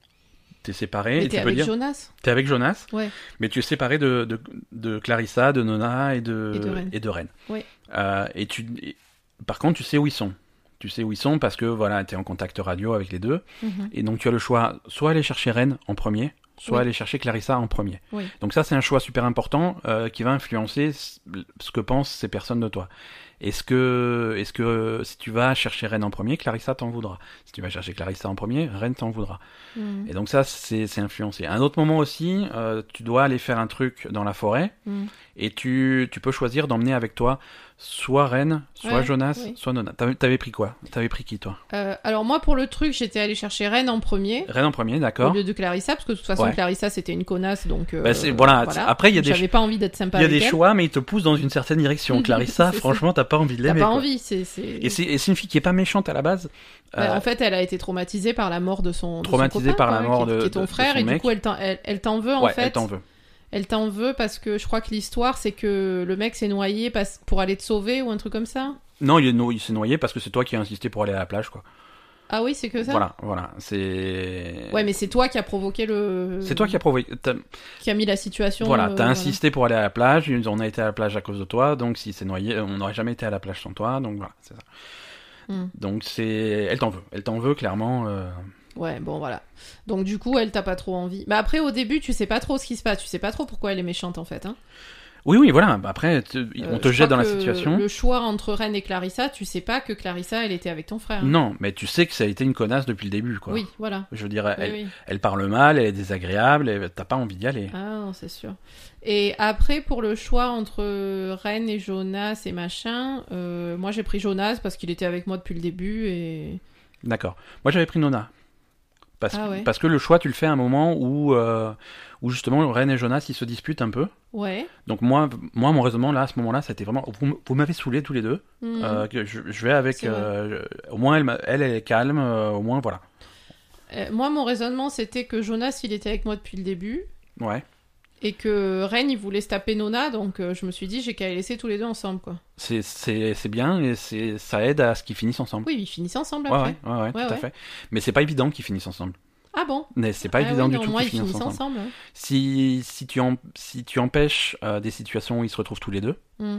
Mais t'es avec Jonas. T'es avec Jonas, mais tu es séparé de Clarissa, de Nona et de Ren. Ouais. Par contre, tu sais où ils sont. Tu sais où ils sont parce que voilà, t'es en contact radio avec les deux. Et donc tu as le choix, soit aller chercher Ren en premier, soit aller chercher Clarissa en premier. Oui. Donc ça, c'est un choix super important qui va influencer ce que pensent ces personnes de toi. Est-ce que si tu vas chercher Ren en premier, Clarissa t'en voudra. Si tu vas chercher Clarissa en premier, Ren t'en voudra. Et donc ça, c'est influencé. À un autre moment aussi, tu dois aller faire un truc dans la forêt et tu peux choisir d'emmener avec toi soit Ren, soit Jonas, soit Nona. T'avais pris quoi ? T'avais pris qui, toi ? Alors moi, pour le truc, j'étais allée chercher Ren en premier. Ren en premier, d'accord. Au lieu de Clarissa, parce que de toute façon, Clarissa, c'était une connasse, donc... voilà. Après, il y a j'avais pas envie d'être sympa avec elle. Il y a des choix, mais ils te poussent dans une certaine direction. Clarissa, franchement, t'as pas envie de l'aimer. T'as pas envie, Et c'est une fille qui est pas méchante à la base. En fait, elle a été traumatisée par la mort de son copain, par la mort qui est ton frère, et du coup, elle t'en veut, en fait. Elle t'en veut. Elle t'en veut parce que je crois que l'histoire, c'est que le mec s'est noyé pour aller te sauver ou un truc comme ça. Non, il s'est noyé parce que c'est toi qui as insisté pour aller à la plage, quoi. Ah oui, c'est que ça. Voilà, c'est... Ouais, mais c'est toi qui a provoqué le... C'est toi qui a provoqué... Qui a mis la situation... Voilà, t'as insisté pour aller à la plage, on a été à la plage à cause de toi, donc s'il s'est noyé, on n'aurait jamais été à la plage sans toi, donc voilà, c'est ça. Donc elle t'en veut clairement... Ouais, bon, voilà. Donc, du coup, elle t'a pas trop envie. Mais après, au début, tu sais pas trop ce qui se passe. Tu sais pas trop pourquoi elle est méchante, en fait. Hein. Oui, voilà. Après, on te jette dans la situation. Le choix entre Ren et Clarissa, tu sais pas que Clarissa, elle était avec ton frère. Non, mais tu sais que ça a été une connasse depuis le début, quoi. Oui, voilà. Je veux dire, elle parle mal, elle est désagréable, t'as pas envie d'y aller. Ah non, c'est sûr. Et après, pour le choix entre Ren et Jonas et machin, moi, j'ai pris Jonas parce qu'il était avec moi depuis le début et... D'accord. Moi, j'avais pris Nona. Parce que le choix, tu le fais à un moment où justement Ren et Jonas ils se disputent un peu. Ouais. Donc moi mon raisonnement là à ce moment-là, c'était vraiment vous m'avez saoulé tous les deux. Que je vais avec au moins elle est calme, au moins voilà. Moi mon raisonnement c'était que Jonas il était avec moi depuis le début. Ouais. Et que Ren il voulait se taper Nona, donc je me suis dit j'ai qu'à les laisser tous les deux ensemble quoi. C'est bien et ça aide à ce qu'ils finissent ensemble. Oui, ils finissent ensemble après. Ouais, tout à fait. Mais c'est pas évident qu'ils finissent ensemble. Ah bon ? Mais c'est pas évident du tout moi, qu'ils finissent ensemble. Hein. Si tu empêches des situations où ils se retrouvent tous les deux,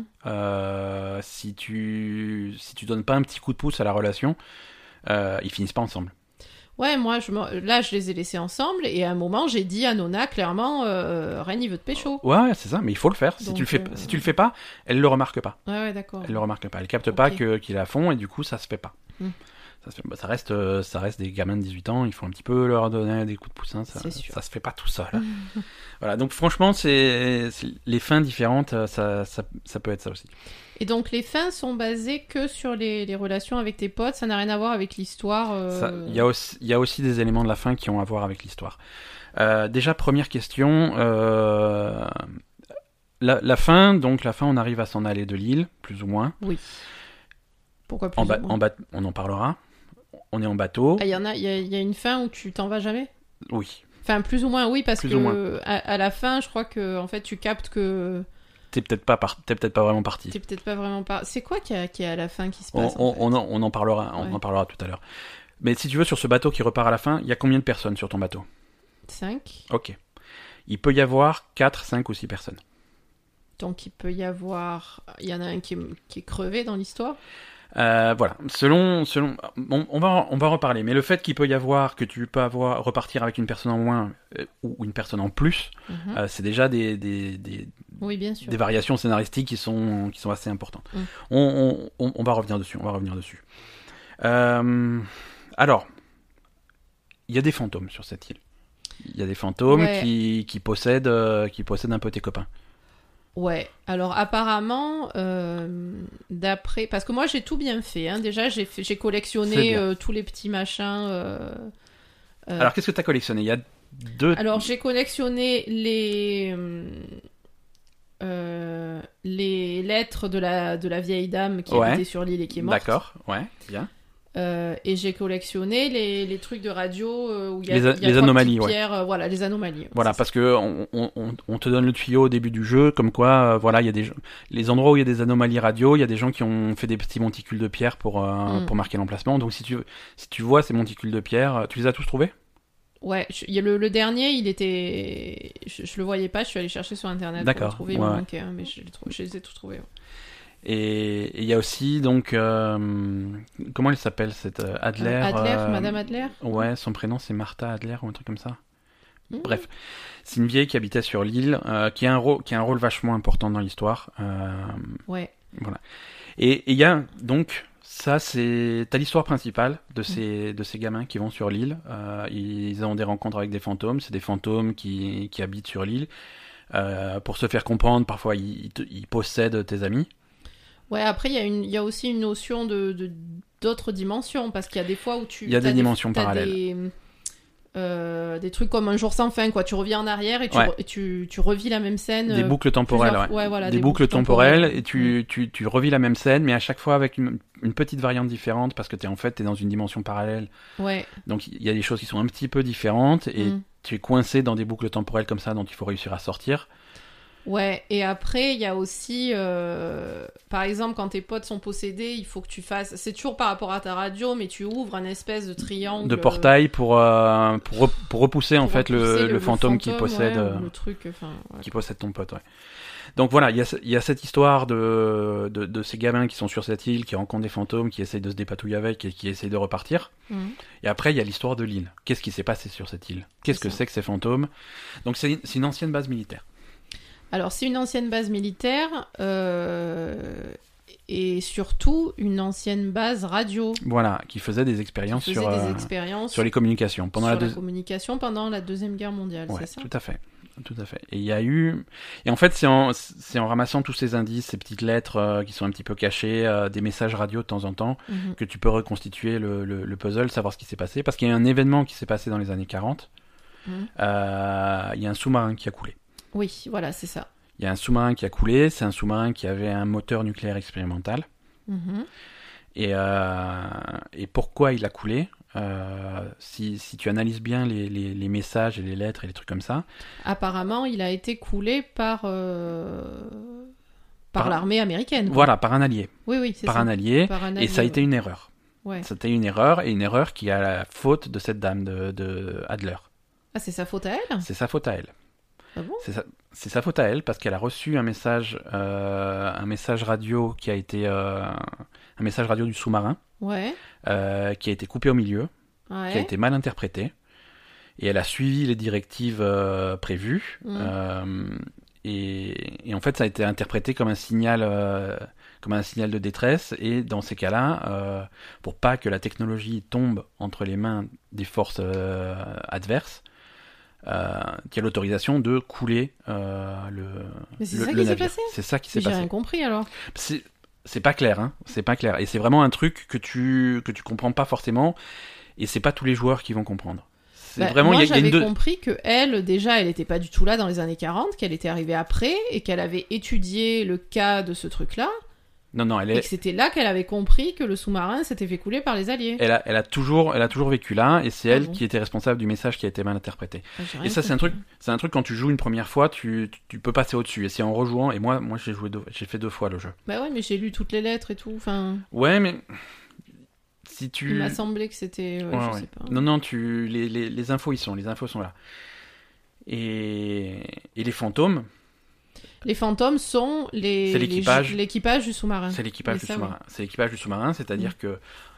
si tu donnes pas un petit coup de pouce à la relation, ils finissent pas ensemble. Ouais, moi, je les ai laissés ensemble, et à un moment, j'ai dit à Nona, clairement, Ren, il veut te pécho. Ouais, c'est ça, mais il faut le faire. Donc, si tu le fais pas, elle le remarque pas. Ouais, d'accord. Elle le remarque pas. Elle capte pas qu'il est à fond, et du coup, ça se fait pas. Ça reste des gamins de 18 ans, il faut un petit peu leur donner des coups de poussin, ça se fait pas tout seul. Voilà, donc franchement, c'est les fins différentes, ça peut être ça aussi. Et donc les fins sont basées que sur les relations avec tes potes, ça n'a rien à voir avec l'histoire. Il y a aussi des éléments de la fin qui ont à voir avec l'histoire. Déjà, première question, la fin, on arrive à s'en aller de l'île, plus ou moins. Oui. Pourquoi plus ou moins on en parlera. On est en bateau. Il y a une fin où tu t'en vas jamais ? Oui. Enfin, plus ou moins, oui, parce que à la fin, je crois que en fait, tu captes que t'es peut-être pas vraiment parti. C'est quoi qui est à la fin qui se passe on en parlera. On en parlera tout à l'heure. Mais si tu veux, sur ce bateau qui repart à la fin, il y a combien de personnes sur ton bateau ? 5. Ok. Il peut y avoir 4, 5 ou 6 personnes. Donc il peut y avoir... Il y en a un qui est crevé dans l'histoire ? Voilà. Selon, on va en reparler. Mais le fait qu'il peut y avoir, que tu peux repartir avec une personne en moins ou une personne en plus, c'est déjà oui, bien sûr. Des variations scénaristiques qui sont assez importantes. On va revenir dessus. Alors, il y a des fantômes sur cette île. Il y a des fantômes qui possèdent un peu tes copains. Ouais, alors apparemment, d'après... Parce que moi, j'ai tout bien fait. Hein. Déjà, j'ai collectionné tous les petits machins. Alors, qu'est-ce que tu as collectionné ? Il y a Alors, j'ai collectionné les lettres de la vieille dame qui habitait sur l'île et qui est morte. D'accord, ouais, bien. Et j'ai collectionné les trucs de radio où il y a les anomalies, pierres, voilà, les anomalies. Voilà, parce que on te donne le tuyau au début du jeu, comme quoi, voilà, il y a les endroits où il y a des anomalies radio, il y a des gens qui ont fait des petits monticules de pierre pour marquer l'emplacement. Donc si tu vois ces monticules de pierre, tu les as tous trouvés ? Ouais, il y a le dernier, il était, je le voyais pas, je suis allé chercher sur internet pour le trouver, il me manquait, mais je les ai tous trouvés. Ouais. Et il y a aussi donc comment elle s'appelle cette Adler Madame Adler. Ouais, son prénom c'est Martha Adler ou un truc comme ça. Bref, c'est une vieille qui habitait sur l'île, qui a un rôle vachement important dans l'histoire. Ouais. Voilà. Et il y a donc ça, t'as l'histoire principale de ces gamins qui vont sur l'île. Ils ont des rencontres avec des fantômes. C'est des fantômes qui habitent sur l'île. Pour se faire comprendre, parfois ils possèdent tes amis. Ouais, après il y a aussi une notion d'autres dimensions, parce qu'il y a des fois où il y a des dimensions parallèles. Des trucs comme Un jour sans fin, quoi. Tu reviens en arrière et tu revis la même scène. Des boucles temporelles, ouais, voilà, des boucles temporelles et tu revis la même scène, mais à chaque fois avec une petite variante différente, parce que t'es dans une dimension parallèle. Ouais. Donc il y a des choses qui sont un petit peu différentes et tu es coincé dans des boucles temporelles comme ça, dont il faut réussir à sortir. Ouais, et après, il y a aussi, par exemple, quand tes potes sont possédés, il faut que tu fasses, c'est toujours par rapport à ta radio, mais tu ouvres un espèce de triangle... De portail pour repousser en fait le fantôme qui possède... le truc, qui possède ton pote, ouais. Donc voilà, il y a cette histoire de ces gamins qui sont sur cette île, qui rencontrent des fantômes, qui essayent de se dépatouiller avec et qui essayent de repartir. Et après, il y a l'histoire de l'île. Qu'est-ce qui s'est passé sur cette île ? Qu'est-ce que c'est que ces fantômes ? Donc c'est une ancienne base militaire. Alors, c'est une ancienne base militaire et surtout une ancienne base radio. Voilà, qui faisait des expériences sur les communications. La communication pendant la Deuxième Guerre mondiale, ouais, c'est ça ? Tout à fait. Et il y a eu... Et en fait, c'est en ramassant tous ces indices, ces petites lettres qui sont un petit peu cachées, des messages radio de temps en temps, que tu peux reconstituer le puzzle, savoir ce qui s'est passé. Parce qu'il y a un événement qui s'est passé dans les années 40. Il y a un sous-marin qui a coulé. Oui, voilà, c'est ça. Il y a un sous-marin qui a coulé, c'est un sous-marin qui avait un moteur nucléaire expérimental. Et pourquoi il a coulé ? Si tu analyses bien les messages et les lettres et les trucs comme ça... Apparemment, il a été coulé par l'armée américaine. Quoi. Voilà, par un allié. Oui, c'est par ça. un allié. Et ça a été une erreur. Ouais. C'était une erreur qui a la faute de cette dame de Adler. Ah, c'est sa faute à elle ? C'est sa faute à elle. Ah bon ? C'est sa faute à elle parce qu'elle a reçu un message radio qui a été un message radio du sous-marin, qui a été coupé au milieu, qui a été mal interprété, et elle a suivi les directives prévues, et en fait ça a été interprété comme un signal de détresse, et dans ces cas-là, pour pas que la technologie tombe entre les mains des forces adverses, qui a l'autorisation de couler Mais c'est ça qui s'est passé ? C'est ça qui s'est passé. J'ai rien compris alors. C'est pas clair, hein. C'est pas clair. Et c'est vraiment un truc que tu comprends pas forcément, et c'est pas tous les joueurs qui vont comprendre. Moi, j'avais compris que elle, déjà, elle était pas du tout là dans les années 40, qu'elle était arrivée après, et qu'elle avait étudié le cas de ce truc-là. Non, et que c'était là qu'elle avait compris que le sous-marin s'était fait couler par les Alliés. Elle a toujours vécu là, et c'est elle qui était responsable du message qui a été mal interprété. Et ça, c'est un truc quand tu joues une première fois, tu peux passer au-dessus. Et c'est en rejouant, et moi j'ai fait 2 fois le jeu. Bah ouais, mais j'ai lu toutes les lettres et tout, enfin... Ouais, mais... Si tu... Il m'a semblé que c'était... je sais pas. Non, les infos, les infos sont là. Et les fantômes... Les fantômes sont l'équipage du sous-marin. C'est l'équipage du sous-marin. Oui. C'est l'équipage du sous-marin, c'est-à-dire que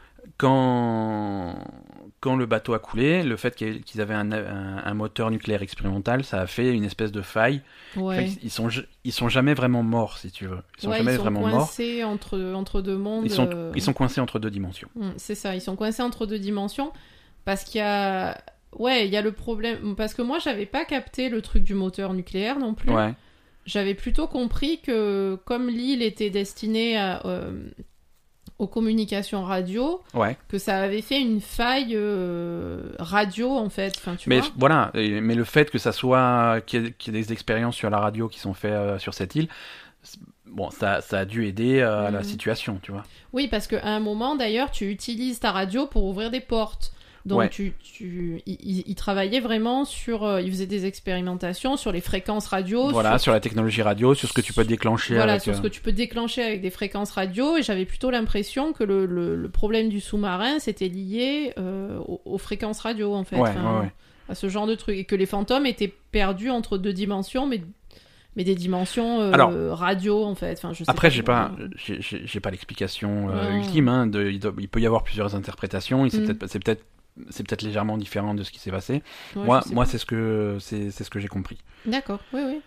quand le bateau a coulé, le fait qu'ils avaient un moteur nucléaire expérimental, ça a fait une espèce de faille. Ouais. Ils sont jamais vraiment morts, si tu veux. Ils sont coincés entre deux mondes. Ils sont coincés entre 2 dimensions. C'est ça, ils sont coincés entre 2 dimensions parce qu'il y a... Ouais, il y a le problème... Parce que moi, j'avais pas capté le truc du moteur nucléaire non plus. Ouais. J'avais plutôt compris que comme l'île était destinée à... aux communications radio, que ça avait fait une faille radio en fait. Enfin, tu mais vois voilà, mais le fait que ça soit qu'il y ait des expériences sur la radio qui sont faites sur cette île, bon, ça a dû aider à la situation, tu vois. Oui, parce qu'à un moment d'ailleurs, tu utilises ta radio pour ouvrir des portes. Donc il travaillait vraiment sur... il faisait des expérimentations sur les fréquences radio. Voilà, sur la technologie radio, sur ce que tu peux déclencher. Voilà, sur ce que tu peux déclencher avec des fréquences radio. Et j'avais plutôt l'impression que le problème du sous-marin, c'était lié aux fréquences radio, en fait. À ce genre de truc. Et que les fantômes étaient perdus entre deux dimensions, mais des dimensions radio, en fait. Enfin, je sais après, j'ai pas l'explication ultime. Hein, il peut y avoir plusieurs interprétations. C'est peut-être légèrement différent de ce qui s'est passé. Moi, c'est ce que j'ai compris. D'accord, oui.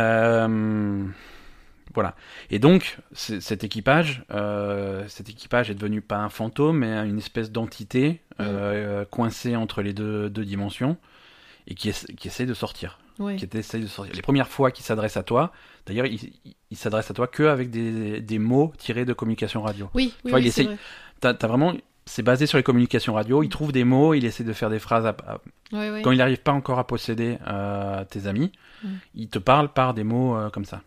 Voilà. Et donc, cet équipage est devenu pas un fantôme, mais une espèce d'entité coincée entre les deux dimensions et qui essaie de sortir. Qui essaie de sortir. Les premières fois qu'il s'adresse à toi, d'ailleurs, il s'adresse à toi que avec des mots tirés de communication radio. Oui, il essaie. T'as vraiment. C'est basé sur les communications radio. Il trouve des mots, il essaie de faire des phrases. Quand il n'arrive pas encore à posséder tes amis, il te parle par des mots comme ça.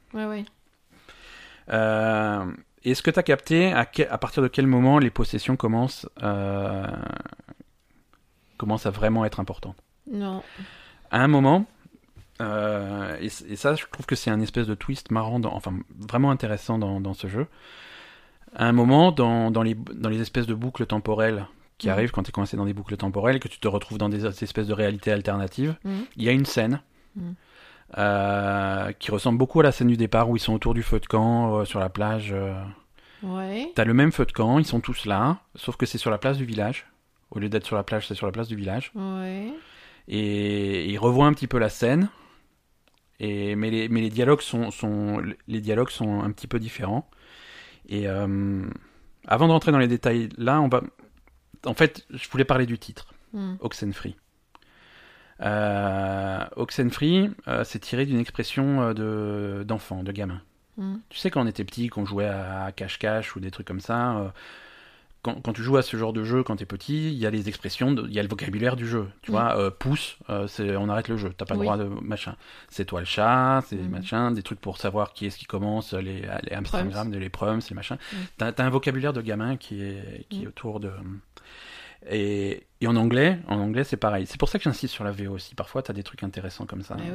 Est-ce que tu as capté à partir de quel moment les possessions commencent à vraiment être importantes ? Non. À un moment, et ça, je trouve que c'est un espèce de twist marrant, vraiment intéressant dans ce jeu. À un moment, dans les espèces de boucles temporelles qui arrivent quand tu es coincé dans des boucles temporelles et que tu te retrouves dans des espèces de réalités alternatives, il y a une scène qui ressemble beaucoup à la scène du départ où ils sont autour du feu de camp sur la plage. T'as le même feu de camp, ils sont tous là, sauf que c'est sur la place du village. Au lieu d'être sur la plage, c'est sur la place du village. Et ils revoient un petit peu la scène, mais les dialogues sont un petit peu différents. Et avant de rentrer dans les détails, là, en fait, je voulais parler du titre, Oxenfree. Oxenfree, c'est tiré d'une expression d'enfant, de gamin. Tu sais, quand on était petit, qu'on jouait à cache-cache ou des trucs comme ça, quand tu joues à ce genre de jeu, quand t'es petit, il y a les expressions, il y a le vocabulaire du jeu. Tu vois, pouce, on arrête le jeu, t'as pas le droit de machin. C'est toi le chat, c'est machin, des trucs pour savoir qui est-ce qui commence, les Amsterdam, les prums, les machins. T'as un vocabulaire de gamin qui est autour de... Et en anglais, c'est pareil. C'est pour ça que j'insiste sur la VO aussi. Parfois, t'as des trucs intéressants comme ça.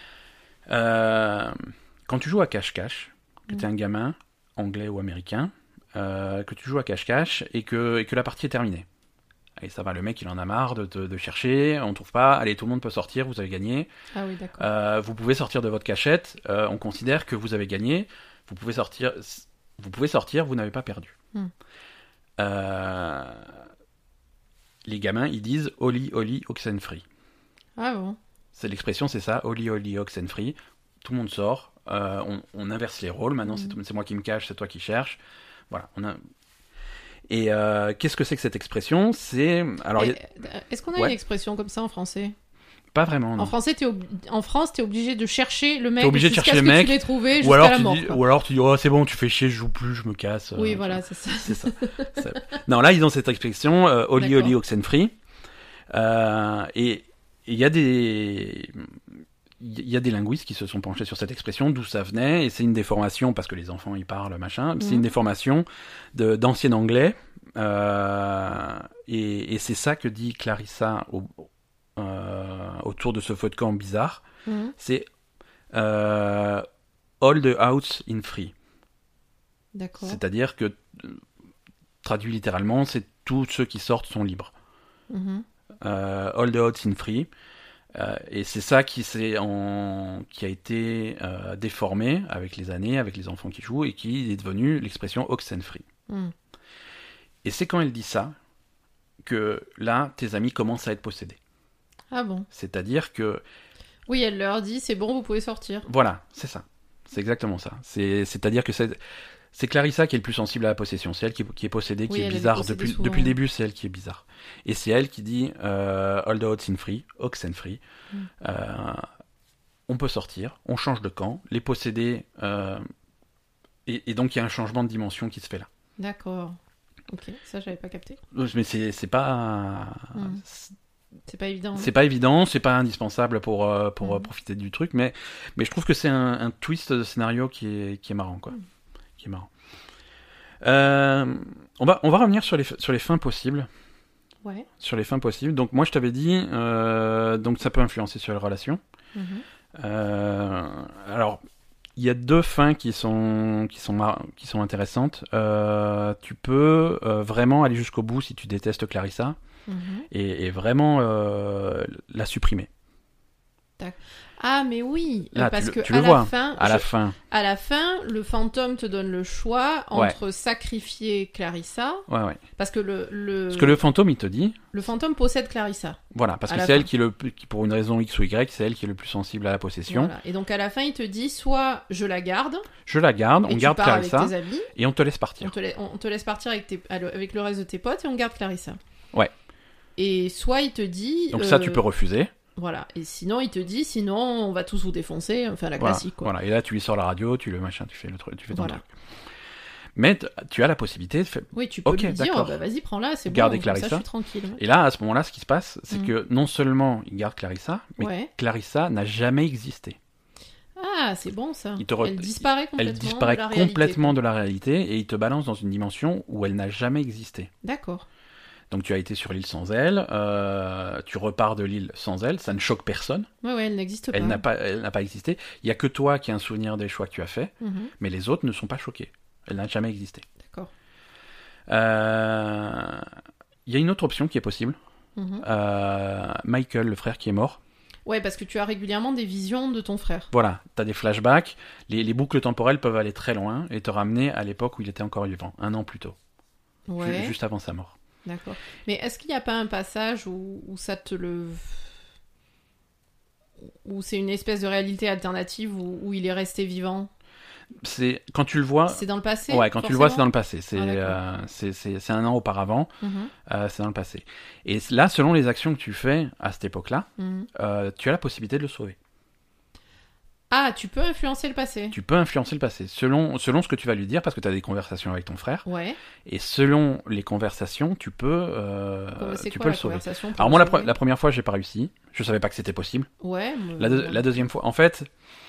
Quand tu joues à cache-cache, que t'es un gamin, anglais ou américain, que tu joues à cache-cache et que la partie est terminée. Allez, ça va, le mec il en a marre de chercher, on trouve pas, allez, tout le monde peut sortir, vous avez gagné. Ah oui, d'accord. Vous pouvez sortir de votre cachette, on considère que vous avez gagné, vous pouvez sortir, vous n'avez pas perdu. Les gamins, ils disent Oli, Oli, Oxenfree. Ah bon ? C'est l'expression, c'est ça, Oli, Oli, Oxenfree. Tout le monde sort, on inverse les rôles, maintenant c'est moi qui me cache, c'est toi qui cherches. Voilà, Et qu'est-ce que c'est que cette expression ? Est-ce qu'on a une expression comme ça en français ? Pas vraiment, non. En France, t'es obligé de chercher le mec. T'es obligé de chercher le mec. Tu l'aies trouvé jusqu'à la mort. Ou alors tu dis, oh c'est bon, tu fais chier, je joue plus, je me casse. Oui, voilà, c'est ça. C'est ça. Non, là ils ont cette expression, Oli Oli Oxenfree. Et il y a des linguistes qui se sont penchés sur cette expression, d'où ça venait, et c'est une déformation, parce que les enfants ils parlent, machin, c'est une déformation d'ancien anglais, et c'est ça que dit Clarissa autour de ce feu de camp bizarre, c'est all the outs in free. D'accord. C'est-à-dire que, traduit littéralement, c'est tous ceux qui sortent sont libres. All the outs in free. Et c'est ça qui a été déformé avec les années, avec les enfants qui jouent, et qui est devenu l'expression Oxenfree. Et c'est quand elle dit ça que là, tes amis commencent à être possédés. Ah bon ? C'est-à-dire que... Oui, elle leur dit, c'est bon, vous pouvez sortir. Voilà, c'est ça. C'est exactement ça. C'est-à-dire que c'est Clarissa qui est le plus sensible à la possession. C'est elle qui est possédée, qui est bizarre. Depuis le début, c'est elle qui est bizarre. Et c'est elle qui dit all the Oxenfree. On peut sortir, on change de camp, les possédés... et donc il y a un changement de dimension qui se fait là. D'accord. Ok, ça j'avais pas capté. Mais c'est pas... C'est pas évident. C'est pas évident, c'est pas indispensable pour profiter du truc, mais je trouve que c'est un twist de scénario qui est marrant, quoi. Qui est marrant. On va revenir sur les fins possibles. Ouais. Sur les fins possibles. Donc moi je t'avais dit, donc ça peut influencer sur les relations. Alors il y a 2 fins qui sont intéressantes. Tu peux vraiment aller jusqu'au bout si tu détestes Clarissa et vraiment la supprimer. D'accord. Ah mais oui, là, parce que à la fin, le fantôme te donne le choix entre sacrifier Clarissa. Ouais. Parce que parce que le fantôme il te dit. Le fantôme possède Clarissa. Voilà, parce que c'est elle qui pour une raison X ou Y, c'est elle qui est le plus sensible à la possession. Voilà. Et donc à la fin il te dit soit je la garde, on garde Clarissa avec tes amis, et on te laisse partir. On te laisse partir avec le reste de tes potes et on garde Clarissa. Ouais. Et soit il te dit. Donc ça tu peux refuser. Voilà, et sinon il te dit, sinon on va tous vous défoncer, enfin la classique quoi. Voilà, et là tu lui sors la radio, tu fais ton truc. Mais tu as la possibilité de faire... Oui, tu peux lui dire, vas-y prends-la, c'est Garder bon, Clarissa. ça je suis tranquille. Et là, à ce moment-là, ce qui se passe, c'est que non seulement il garde Clarissa, mais Clarissa n'a jamais existé. Ah, c'est bon ça. Elle disparaît complètement de la réalité et il te balance dans une dimension où elle n'a jamais existé. D'accord. Donc tu as été sur l'île sans elle, tu repars de l'île sans elle, ça ne choque personne. Ouais, elle n'existe pas. Elle n'a pas existé. Il n'y a que toi qui as un souvenir des choix que tu as faits, mais les autres ne sont pas choqués. Elle n'a jamais existé. D'accord. Il y a une autre option qui est possible. Michael, le frère qui est mort. Ouais, parce que tu as régulièrement des visions de ton frère. Voilà, tu as des flashbacks. Les boucles temporelles peuvent aller très loin et te ramener à l'époque où il était encore vivant, 1 an plus tôt. Ouais. Juste avant sa mort. D'accord. Mais est-ce qu'il n'y a pas un passage où ça te le... où c'est une espèce de réalité alternative où il est resté vivant? C'est quand tu le vois. C'est dans le passé. Ouais, quand tu le vois, c'est dans le passé. C'est 1 an auparavant. C'est dans le passé. Et là, selon les actions que tu fais à cette époque-là, tu as la possibilité de le sauver. Ah, tu peux influencer le passé. Tu peux influencer le passé, selon ce que tu vas lui dire, parce que tu as des conversations avec ton frère. Ouais. Et selon les conversations, tu peux le sauver. Alors moi, la première fois, j'ai pas réussi. Je savais pas que c'était possible. Ouais. La deuxième fois, en fait...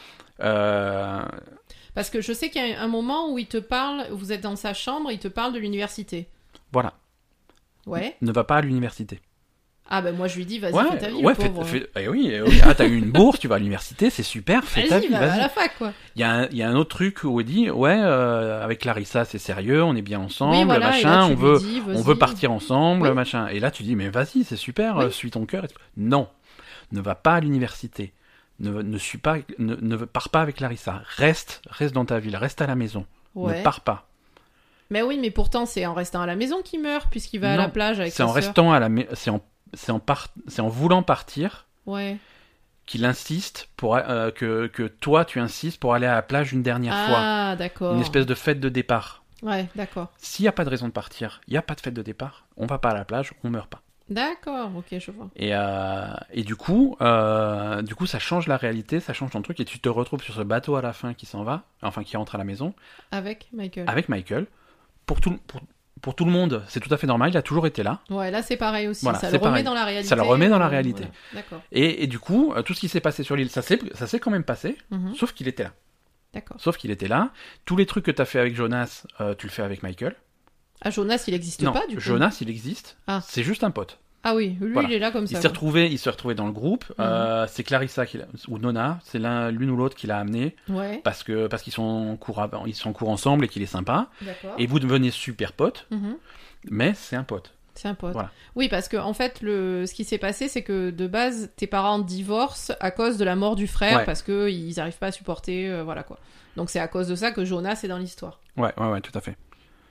Parce que je sais qu'il y a un moment où il te parle, vous êtes dans sa chambre, il te parle de l'université. Voilà. Ouais. Ne va pas à l'université. Ah ben moi je lui dis vas-y fais ta vie le pauvre. Oui. Ah t'as eu une bourse, tu vas à l'université, c'est super, fais ta vie. Vas-y, va à la fac quoi. Il y a un autre truc où il dit avec Clarissa c'est sérieux, on est bien ensemble, machin, on veut partir ensemble, machin. Et là tu dis mais vas-y c'est super, suis ton cœur. Non, ne va pas à l'université, ne pars pas avec Clarissa, reste dans ta ville, reste à la maison, ne pars pas. Mais oui, mais pourtant c'est en restant à la maison qu'il meurt puisqu'il va à la plage avec sa sœur. C'est en voulant partir qu'il insiste que toi tu insistes pour aller à la plage une dernière fois. Ah, d'accord. Une espèce de fête de départ. Ouais, d'accord. S'il n'y a pas de raison de partir, il n'y a pas de fête de départ, on va pas à la plage, on meurt pas. D'accord, ok, je vois. Et du coup, ça change la réalité, ça change ton truc, et tu te retrouves sur ce bateau à la fin qui s'en va, enfin qui rentre à la maison. Avec Michael. Pour tout le monde, c'est tout à fait normal, il a toujours été là. Ouais, là c'est pareil aussi, voilà, ça le remet dans la réalité. Ça le remet dans la réalité. Voilà. D'accord. Et du coup, tout ce qui s'est passé sur l'île, ça s'est quand même passé, sauf qu'il était là. D'accord. Sauf qu'il était là. Tous les trucs que tu as fait avec Jonas, tu le fais avec Michael. Ah, Jonas, il n'existe pas du coup. Jonas, il existe. Ah. C'est juste un pote. Ah oui, lui, il est là comme ça. Il s'est retrouvé dans le groupe. C'est Clarissa ou Nona, c'est l'une ou l'autre qui l'a amené. Ouais. Parce qu'ils sont en cours ensemble et qu'il est sympa. D'accord. Et vous devenez super potes. Mais c'est un pote. C'est un pote. Voilà. Oui, parce que en fait, ce qui s'est passé, c'est que de base, tes parents divorcent à cause de la mort du frère, parce qu'ils n'arrivent pas à supporter, voilà quoi. Donc c'est à cause de ça que Jonas est dans l'histoire. Ouais, tout à fait.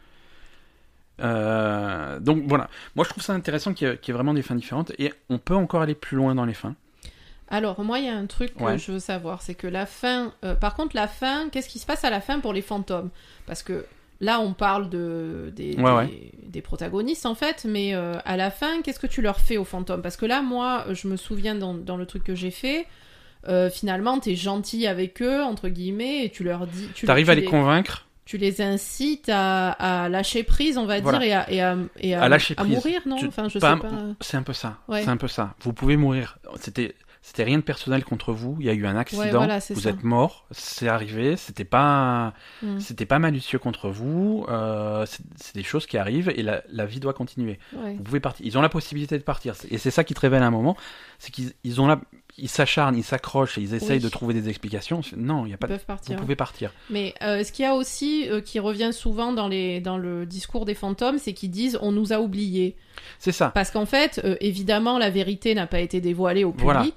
Donc voilà, moi je trouve ça intéressant qu'il y ait vraiment des fins différentes et on peut encore aller plus loin dans les fins. Alors moi il y a un truc que je veux savoir, c'est que la fin, par contre la fin, qu'est-ce qui se passe à la fin pour les fantômes? Parce que là on parle des protagonistes en fait, mais à la fin qu'est-ce que tu leur fais aux fantômes? Parce que là moi je me souviens dans le truc que j'ai fait, finalement t'es gentil avec eux entre guillemets et tu leur dis... T'arrives à les convaincre tu les incites à lâcher prise, on va dire, et à lâcher prise. Mourir, non? Enfin, je sais pas. C'est un peu ça. Ouais. C'est un peu ça. Vous pouvez mourir. C'était rien de personnel contre vous. Il y a eu un accident. Vous êtes mort. C'est arrivé. C'était pas malicieux contre vous. C'est des choses qui arrivent et la vie doit continuer. Ouais. Vous pouvez partir. Ils ont la possibilité de partir. Et c'est ça qui te révèle à un moment. C'est ils s'acharnent, ils s'accrochent et ils essayent de trouver des explications. Non, il y a pas. Vous pouvez partir. Mais ce qu'il y a aussi qui revient souvent dans le discours des fantômes, c'est qu'ils disent on nous a oubliés. C'est ça. Parce qu'en fait, évidemment, la vérité n'a pas été dévoilée au public. Voilà.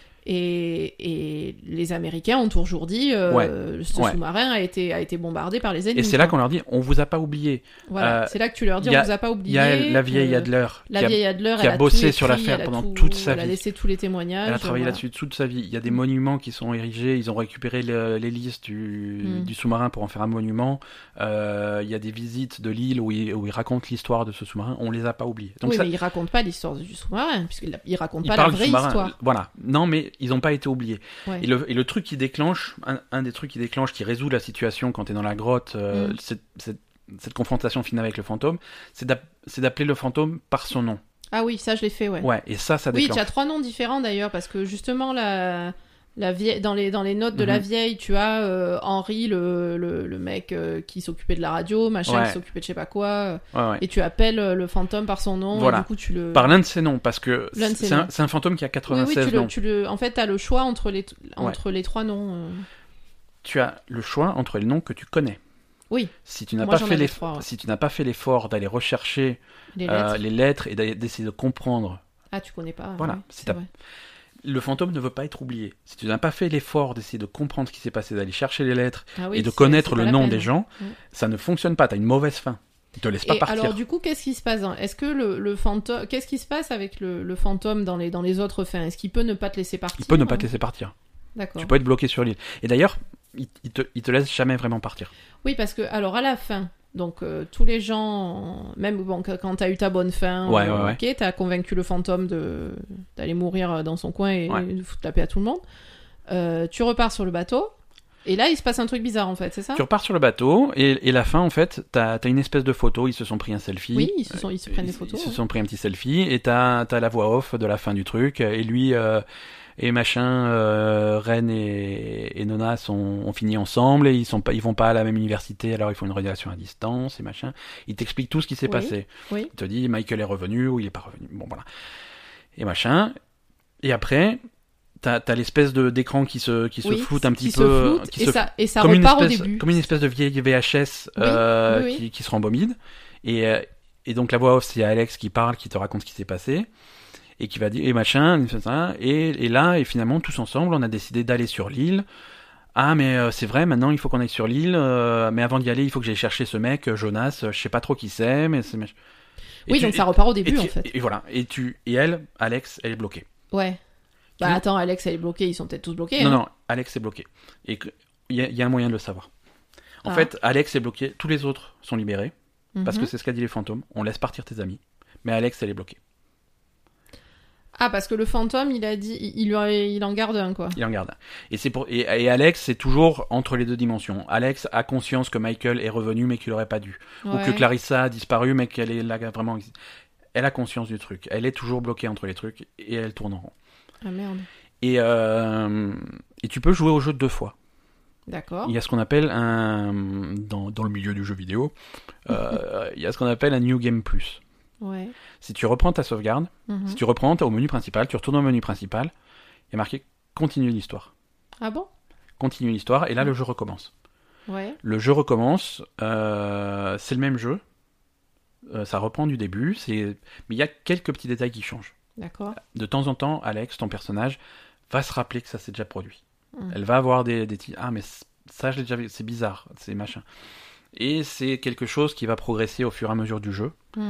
Et les Américains ont toujours dit ce sous-marin a été bombardé par les ennemis. Et c'est là qu'on leur dit on vous a pas oublié. Voilà, c'est là que tu leur dis on vous a pas oublié. Il y a la vieille Adler qui a bossé sur l'affaire pendant toute sa vie. Elle a laissé tous les témoignages. Elle a travaillé là-dessus toute sa vie. Il y a des monuments qui sont érigés. Ils ont récupéré l'hélice du sous-marin pour en faire un monument. Il y a des visites de l'île où ils racontent l'histoire de ce sous-marin. On les a pas oubliés. Donc mais ils racontent pas l'histoire du sous-marin puisqu'ils racontent pas la vraie histoire. Voilà. Non, mais ils n'ont pas été oubliés. Ouais. Et le truc qui déclenche, un des trucs qui déclenche, qui résout la situation quand tu es dans la grotte, cette confrontation finale avec le fantôme, c'est d'appeler le fantôme par son nom. Ah oui, ça je l'ai fait, ouais. Ouais, et ça déclenche. Oui, tu as 3 noms différents d'ailleurs, parce que justement, la vieille, dans les notes de la vieille, tu as Henri, le mec qui s'occupait de la radio, machin, qui s'occupait de je sais pas quoi, et tu appelles le fantôme par son nom, voilà. Et du coup tu le... Par l'un de ses noms, parce que c'est un fantôme qui a 96 noms. En fait, tu as le choix entre les 3 noms. Tu as le choix entre les noms que tu connais. Oui. Si tu n'as pas fait l'effort d'aller rechercher les lettres et d'essayer de comprendre... Ah, tu connais pas. Voilà. Ouais, le fantôme ne veut pas être oublié. Si tu n'as pas fait l'effort d'essayer de comprendre ce qui s'est passé, d'aller chercher les lettres et de connaître le nom des gens, ça ne fonctionne pas. Tu as une mauvaise fin. Il te laisse pas partir. Alors du coup, qu'est-ce qui se passe Est-ce que le fantôme, qu'est-ce qui se passe avec le fantôme dans les autres fins? Est-ce qu'il peut ne pas te laisser partir? Il peut ne pas te laisser partir. D'accord. Tu peux être bloqué sur l'île. Et d'ailleurs, il te laisse jamais vraiment partir. Oui, parce que alors à la fin. Donc tous les gens, même quand t'as eu ta bonne fin, ok, t'as convaincu le fantôme d'aller mourir dans son coin et de foutre la paix à tout le monde. Tu repars sur le bateau, et là il se passe un truc bizarre en fait, c'est ça? Tu repars sur le bateau, et la fin en fait, t'as une espèce de photo, ils se sont pris un selfie. Oui, ils se prennent des photos. Ils se sont pris un petit selfie, et t'as la voix off de la fin du truc, et lui... et machin, Ren et Nona ont fini ensemble et ils vont pas à la même université, alors ils font une relation à distance et machin. Il t'explique tout ce qui s'est passé. Oui. Il te dit Michael est revenu ou il est pas revenu. Bon voilà. Et machin. Et après, t'as l'espèce d'écran qui se floute un petit peu, et ça repart au début. Comme une espèce de vieille VHS qui se rembobine. Et donc la voix off, c'est Alex qui parle, qui te raconte ce qui s'est passé. Et qui va dire, et machin, et là, et finalement, tous ensemble, on a décidé d'aller sur l'île. Ah, mais c'est vrai, maintenant, il faut qu'on aille sur l'île, mais avant d'y aller, il faut que j'aille chercher ce mec, Jonas, je sais pas trop qui c'est, mais c'est... Oui, donc ça repart au début, en fait. Et voilà, et elle, Alex, elle est bloquée. Ouais. Bah attends, Alex, elle est bloquée, ils sont peut-être tous bloqués. Non, Alex est bloqué. Et il y a un moyen de le savoir. En fait, Alex est bloqué, tous les autres sont libérés, parce que c'est ce qu'a dit les fantômes, on laisse partir tes amis, mais Alex, elle est bloquée. Ah, parce que le fantôme, il a dit, il en garde un, quoi. Il en garde un. Et Alex, c'est toujours entre les deux dimensions. Alex a conscience que Michael est revenu, mais qu'il aurait pas dû. Ou que Clarissa a disparu, mais qu'elle est là vraiment... Elle a conscience du truc. Elle est toujours bloquée entre les trucs, et elle tourne en rond. Ah, merde. Et tu peux jouer au jeu 2 fois. D'accord. Il y a ce qu'on appelle dans le milieu du jeu vidéo, il y a ce qu'on appelle un New Game Plus. Ouais. Si tu reprends ta sauvegarde, si tu reprends, t'es au menu principal, tu retournes au menu principal, il y a marqué « Continue l'histoire ». Ah bon ? Continue l'histoire, et là, le jeu recommence. Ouais. Le jeu recommence, c'est le même jeu, ça reprend du début, mais il y a quelques petits détails qui changent. D'accord. De temps en temps, Alex, ton personnage, va se rappeler que ça s'est déjà produit. Elle va avoir des petits « Ah, mais ça, je l'ai déjà vu, c'est bizarre, c'est machin ». Et c'est quelque chose qui va progresser au fur et à mesure du jeu.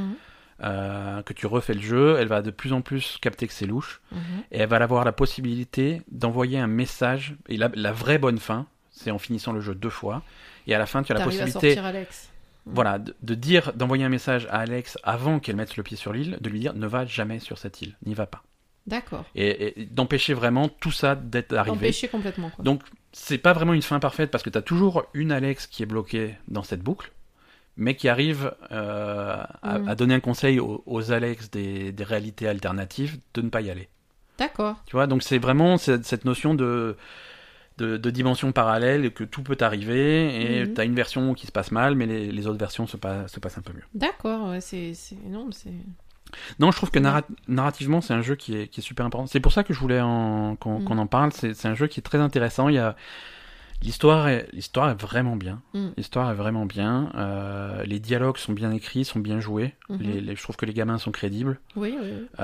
Que tu refais le jeu, elle va de plus en plus capter que c'est louche, et elle va avoir la possibilité d'envoyer un message, et la vraie bonne fin, c'est en finissant le jeu 2 fois, et à la fin tu as la possibilité à sortir Alex. Voilà, d'envoyer un message à Alex avant qu'elle mette le pied sur l'île, de lui dire ne va jamais sur cette île, n'y va pas. D'accord. Et d'empêcher vraiment tout ça d'être arrivé. D'empêcher complètement, quoi. Donc c'est pas vraiment une fin parfaite parce que t'as toujours une Alex qui est bloquée dans cette boucle, mais qui arrive à donner un conseil aux Alex des réalités alternatives de ne pas y aller. D'accord. Tu vois, donc c'est vraiment cette notion de dimension parallèle et que tout peut arriver et t'as une version qui se passe mal, mais les autres versions se passent un peu mieux. D'accord, ouais, Non, je trouve que narrativement, c'est un jeu qui est super important. C'est pour ça que je voulais qu'on en parle. C'est un jeu qui est très intéressant. L'histoire est vraiment bien. L'histoire est vraiment bien. Les dialogues sont bien écrits, sont bien joués. Je trouve que les gamins sont crédibles. Oui.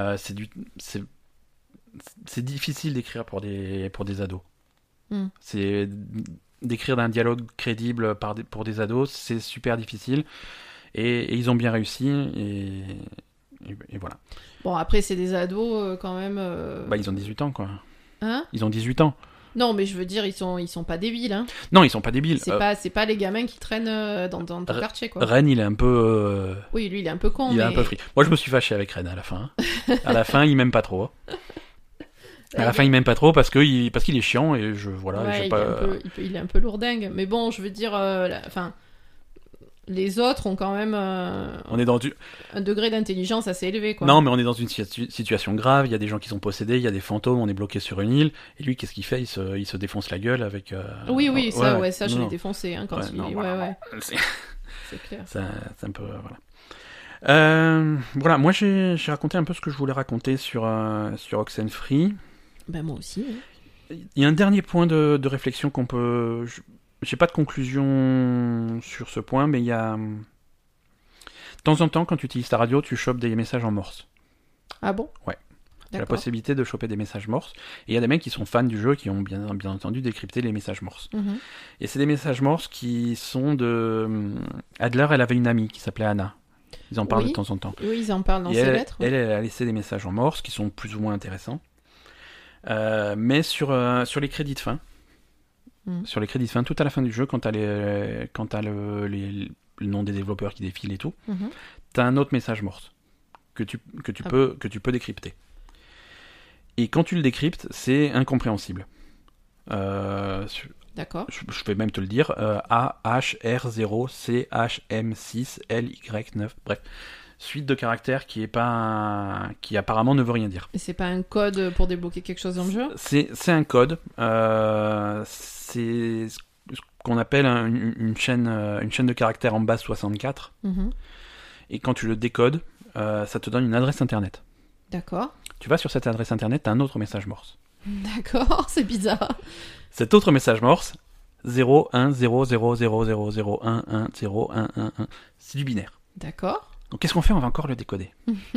C'est difficile d'écrire pour des ados. C'est d'écrire un dialogue crédible pour des ados, c'est super difficile. Et ils ont bien réussi. Et voilà. Bon, après, c'est des ados quand même. Ils ont 18 ans, quoi. Hein ? Ils ont 18 ans. Non, mais je veux dire, ils sont pas débiles. Hein. Non, ils sont pas débiles. C'est pas les gamins qui traînent dans ton quartier, quoi. Ren, il est un peu. Oui, lui, il est un peu con. Il est un peu free. Moi, je me suis fâché avec Ren à la fin. À la fin, il m'aime pas trop. À la fin, il m'aime pas trop parce qu'il est chiant et il est un peu lourdingue. Mais bon, je veux dire, les autres ont quand même on est dans un degré d'intelligence assez élevé, quoi. Non, mais on est dans une situation grave. Il y a des gens qui sont possédés, il y a des fantômes, on est bloqué sur une île. Et lui, qu'est-ce qu'il fait ? Il se défonce la gueule avec. Oui, ça, je l'ai défoncé quand il. Ouais. C'est clair. C'est un peu voilà. Voilà, moi j'ai raconté un peu ce que je voulais raconter sur Oxenfree. Ben moi aussi. Il y a un dernier point de réflexion qu'on peut. J'ai pas de conclusion sur ce point, mais il y a. De temps en temps, quand tu utilises ta radio, tu chopes des messages en morse. Ah bon ? Ouais. Tu as la possibilité de choper des messages morse. Et il y a des mecs qui sont fans du jeu qui ont bien entendu décrypté les messages morse. Et c'est des messages morse qui sont de. Adler, elle avait une amie qui s'appelait Anna. Ils en parlent de temps en temps. Oui, ils en parlent dans ses lettres. Elle a laissé des messages en morse qui sont plus ou moins intéressants. Mais sur les crédits de fin. Sur les crédits de fin, tout à la fin du jeu, quand t'as le nom des développeurs qui défilent et tout, t'as un autre message morse que tu peux décrypter. Et quand tu le décryptes, c'est incompréhensible. D'accord. Je vais même te le dire. AHR0CHM6LY9. Bref. Suite de caractères qui apparemment ne veut rien dire. Et c'est pas un code pour débloquer quelque chose dans le jeu ? C'est un code. C'est ce qu'on appelle une chaîne de caractères en base 64. Et quand tu le décodes, ça te donne une adresse internet. D'accord. Tu vas sur cette adresse internet, t'as un autre message morse. D'accord, c'est bizarre. Cet autre message morse, 0100000111011, c'est du binaire. D'accord. Donc qu'est-ce qu'on fait ? On va encore le décoder.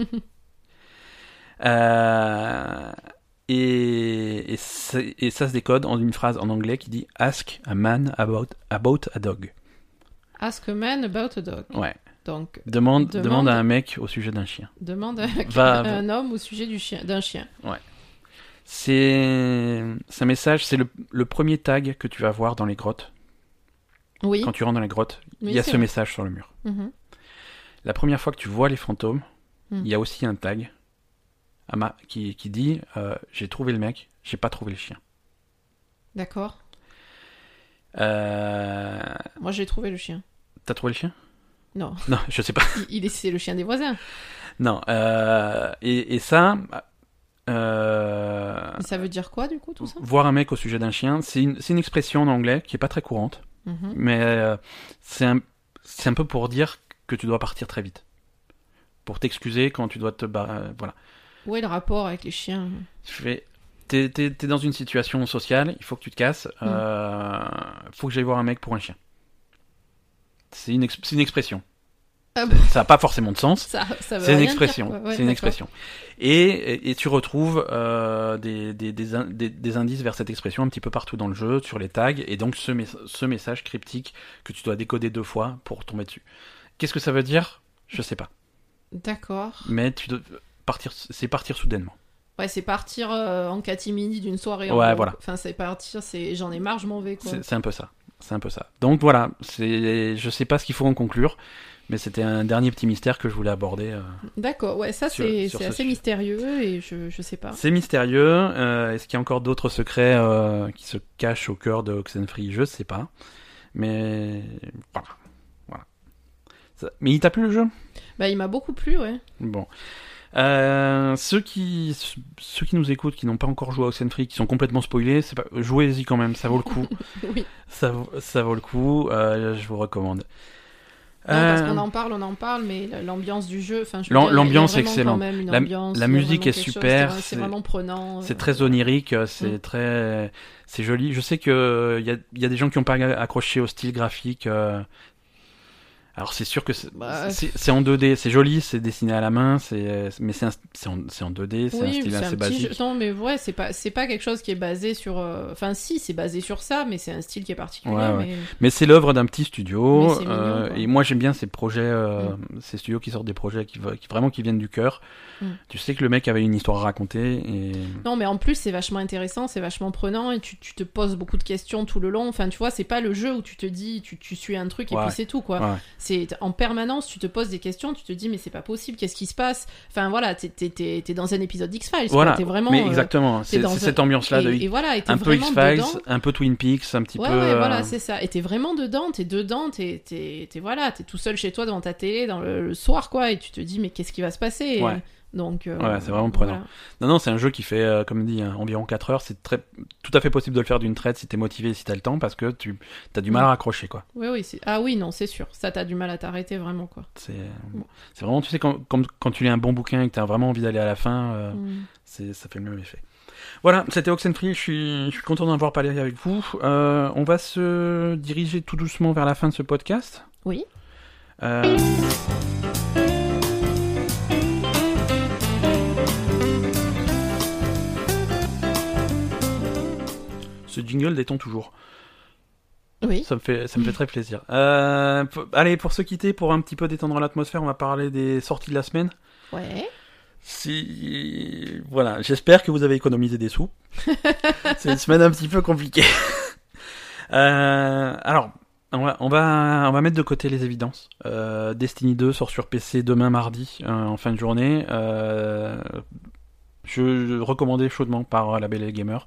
Et ça se décode en une phrase en anglais qui dit « Ask a man about a dog ». Ask a man about a dog. Ouais. Donc, demande à un mec au sujet d'un chien. Demande à un homme au sujet d'un chien. Ouais. C'est un message, c'est le premier tag que tu vas voir dans les grottes. Oui. Quand tu rentres dans les grottes, il y a ce message sur le mur. La première fois que tu vois les fantômes, il y a aussi un tag qui dit j'ai trouvé le mec, j'ai pas trouvé le chien. D'accord. Moi j'ai trouvé le chien. T'as trouvé le chien ? Non. Non, je sais pas. C'est le chien des voisins. Non. Et ça. Et ça veut dire quoi du coup tout ça ? Voir un mec au sujet d'un chien, c'est une expression en anglais qui est pas très courante, mais c'est un peu pour dire que tu dois partir très vite. Pour t'excuser quand tu dois te voilà. Où est le rapport avec les chiens ? T'es dans une situation sociale, il faut que tu te casses, faut que j'aille voir un mec pour un chien. C'est une expression. Ah bon. Ça n'a pas forcément de sens. C'est une expression. Ouais, c'est une expression. Et tu retrouves des indices vers cette expression un petit peu partout dans le jeu, sur les tags, et donc ce message cryptique que tu dois décoder 2 fois pour tomber dessus. Qu'est-ce que ça veut dire ? Je sais pas. D'accord. Mais c'est partir soudainement. Ouais, c'est partir en catimini d'une soirée. Ouais, voilà. Enfin, c'est partir, j'en ai marre, je m'en vais, quoi. C'est un peu ça. c'est un peu ça. Donc voilà, je sais pas ce qu'il faut en conclure, mais c'était un dernier petit mystère que je voulais aborder. D'accord, ouais, ça c'est assez mystérieux et je sais pas. C'est mystérieux. Est-ce qu'il y a encore d'autres secrets qui se cachent au cœur de Oxenfree? Je sais pas. Mais voilà. Mais il t'a plu le jeu? Bah, il m'a beaucoup plu, ouais. Bon. Ceux qui nous écoutent, qui n'ont pas encore joué à Oxenfree, qui sont complètement spoilés, jouez-y quand même, ça vaut le coup. Oui. Ça vaut le coup, je vous recommande. Non, parce qu'on en parle, mais l'ambiance du jeu, l'ambiance est excellente. La musique est super, c'est vraiment prenant. C'est très onirique, c'est joli. Je sais que il y a des gens qui n'ont pas accroché au style graphique. Alors c'est sûr que c'est en 2D, c'est joli, c'est dessiné à la main, mais c'est en 2D, c'est un style assez basique. Non, mais ouais, c'est pas quelque chose qui est basé sur. Enfin, si, c'est basé sur ça, mais c'est un style qui est particulier. Ouais. Mais c'est l'œuvre d'un petit studio, mignon, et moi j'aime bien ces projets, ces studios qui sortent des projets qui viennent du cœur. Tu sais que le mec avait une histoire à raconter. Non, mais en plus c'est vachement intéressant, c'est vachement prenant, et tu te poses beaucoup de questions tout le long. Enfin, tu vois, c'est pas le jeu où tu te dis, tu suis un truc et puis c'est tout, quoi. Ouais. C'est en permanence, tu te poses des questions, tu te dis mais c'est pas possible, qu'est-ce qui se passe? Enfin voilà, t'es dans un épisode d'X-Files. Voilà, t'es vraiment, mais exactement. C'est cette ambiance-là et voilà, un peu X-Files, un peu Twin Peaks, un petit peu. Ouais, voilà, c'est ça. Et t'es vraiment dedans, t'es tout seul chez toi devant ta télé le soir, quoi, et tu te dis mais qu'est-ce qui va se passer? Ouais. Donc, c'est vraiment prenant. Voilà. Non, c'est un jeu qui fait, comme dit, environ 4 heures. C'est tout à fait possible de le faire d'une traite si t'es motivé, si t'as le temps, parce que t'as du mal à raccrocher, quoi. Oui. Ah oui, non, c'est sûr. Ça, t'as du mal à t'arrêter, vraiment, quoi. C'est vraiment, tu sais, quand tu lis un bon bouquin et que t'as vraiment envie d'aller à la fin, ça fait le même effet. Voilà, c'était Oxenfree. Je suis content d'en avoir parlé avec vous. On va se diriger tout doucement vers la fin de ce podcast. Oui. Ce jingle détend toujours. Oui. Ça me fait très plaisir. Allez, pour se quitter, pour un petit peu détendre l'atmosphère, on va parler des sorties de la semaine. Ouais. Voilà, j'espère que vous avez économisé des sous. C'est une semaine un petit peu compliquée. Alors, on va mettre de côté les évidences. Destiny 2 sort sur PC demain mardi, en fin de journée. Je recommandais chaudement par la Belle Gamer.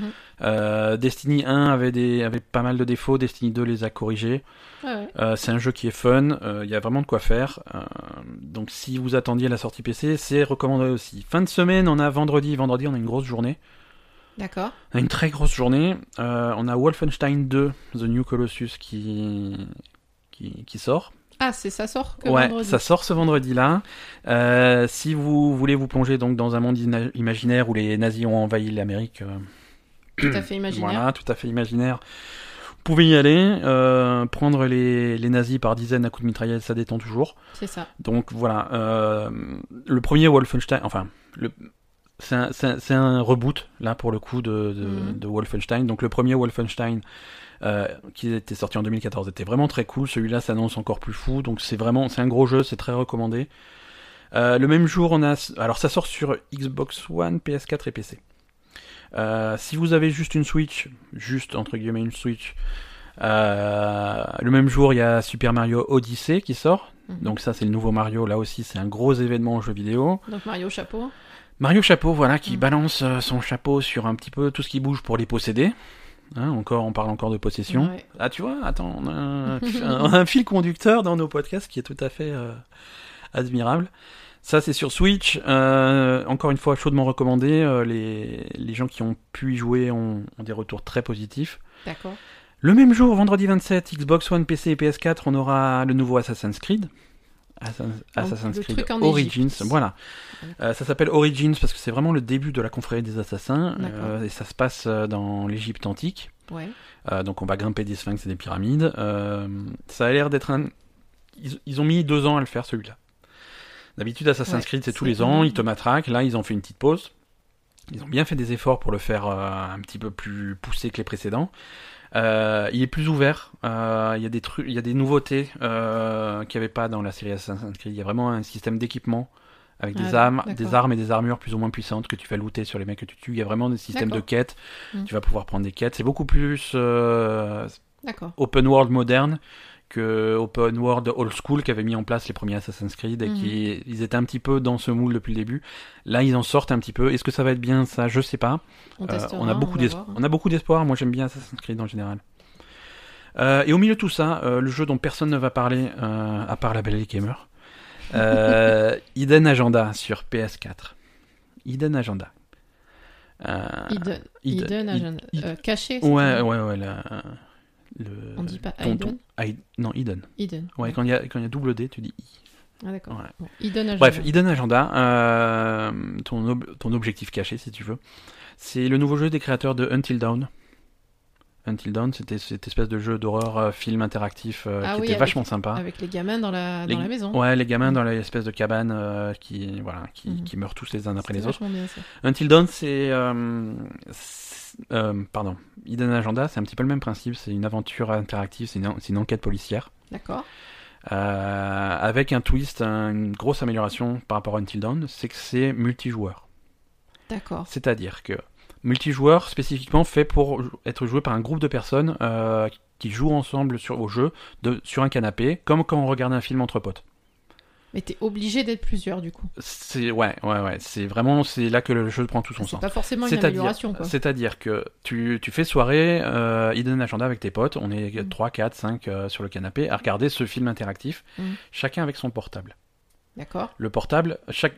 Destiny 1 avait pas mal de défauts, Destiny 2 les a corrigés. C'est un jeu qui est fun, il y a vraiment de quoi faire. Donc si vous attendiez la sortie PC, c'est recommandé aussi. Fin de semaine, on a vendredi on a une grosse journée. D'accord. On a une très grosse journée. On a Wolfenstein 2, The New Colossus qui sort. Ah, ça sort que vendredi. Ça sort ce vendredi-là. Si vous voulez vous plonger donc dans un monde imaginaire où les nazis ont envahi l'Amérique, tout à fait imaginaire. Voilà, tout à fait imaginaire. Vous pouvez y aller, prendre les nazis par dizaines à coups de mitraillette, ça détend toujours. C'est ça. Donc voilà, le premier Wolfenstein, enfin, c'est un reboot là pour le coup de Wolfenstein. Donc le premier Wolfenstein qui était sorti en 2014 était vraiment très cool. Celui-là s'annonce encore plus fou. Donc c'est un gros jeu, c'est très recommandé. Le même jour, alors ça sort sur Xbox One, PS4 et PC. Si vous avez juste une Switch, entre guillemets une Switch, le même jour il y a Super Mario Odyssey qui sort. Donc ça c'est le nouveau Mario. Là aussi c'est un gros événement en jeu vidéo. Donc Mario Chapeau. Mario Chapeau, voilà, qui balance son chapeau sur un petit peu tout ce qui bouge pour les posséder. On parle encore de possession. Ouais. Ah, tu vois, attends, on a un fil conducteur dans nos podcasts qui est tout à fait admirable. Ça, c'est sur Switch. Encore une fois, chaudement recommandé. Les gens qui ont pu y jouer ont des retours très positifs. D'accord. Le même jour, vendredi 27, Xbox One, PC et PS4, on aura le nouveau Assassin's Creed. Assassin's Creed Origins, voilà. Ça s'appelle Origins parce que c'est vraiment le début de la confrérie des assassins et ça se passe dans l'Égypte antique. Ouais. Donc on va grimper des sphinx et des pyramides. Ça a l'air d'être Ils ont mis 2 ans à le faire celui-là. D'habitude Assassin's Creed c'est tous les ans, ils te matraquent. Là ils ont fait une petite pause. Ils ont bien fait des efforts pour le faire un petit peu plus poussé que les précédents. Il est plus ouvert. Il y a des trucs, il y a des nouveautés qu'il n'y avait pas dans la série Assassin's Creed. Il y a vraiment un système d'équipement avec des armes et des armures plus ou moins puissantes que tu fais looter sur les mecs que tu tues. Il y a vraiment des systèmes de quêtes. Tu vas pouvoir prendre des quêtes. C'est beaucoup plus open world moderne que open world old school qui avait mis en place les premiers Assassin's Creed et ils étaient un petit peu dans ce moule depuis le début. Là, ils en sortent un petit peu. Est-ce que ça va être bien ça? Je sais pas. On a beaucoup d'espoir. Moi, j'aime bien Assassin's Creed en général. Et au milieu de tout ça, le jeu dont personne ne va parler, à part la belle gamer, Hidden Agenda sur PS4. Hidden Agenda. Hidden Agenda. Caché. Ouais. On dit pas Hidden. Non, Hidden. Hidden. Ouais, quand il y a double D, tu dis I. Ah d'accord. Ouais. Bon, Hidden Agenda. Bref, Hidden Agenda, ton objectif caché si tu veux. C'est le nouveau jeu des créateurs de Until Dawn. Until Dawn, c'était cette espèce de jeu d'horreur film interactif qui était vachement sympa. Avec les gamins dans la maison. Ouais, les gamins dans l'espèce de cabane qui meurent tous les uns après les autres. Bien, ça. Until Dawn, Hidden Agenda, c'est un petit peu le même principe. C'est une aventure interactive, c'est une enquête policière. D'accord. Avec un twist, une grosse amélioration par rapport à Until Dawn, c'est que c'est multijoueur. D'accord. C'est-à-dire que multijoueur spécifiquement fait pour être joué par un groupe de personnes qui jouent ensemble au jeu sur un canapé, comme quand on regarde un film entre potes. Mais t'es obligé d'être plusieurs du coup. Ouais. C'est là que le jeu prend tout son sens. C'est pas forcément une amélioration quoi. C'est-à-dire que tu fais soirée Hidden Agenda avec tes potes, on est 3, 4, 5 sur le canapé à regarder ce film interactif, chacun avec son portable. D'accord. Le portable, chaque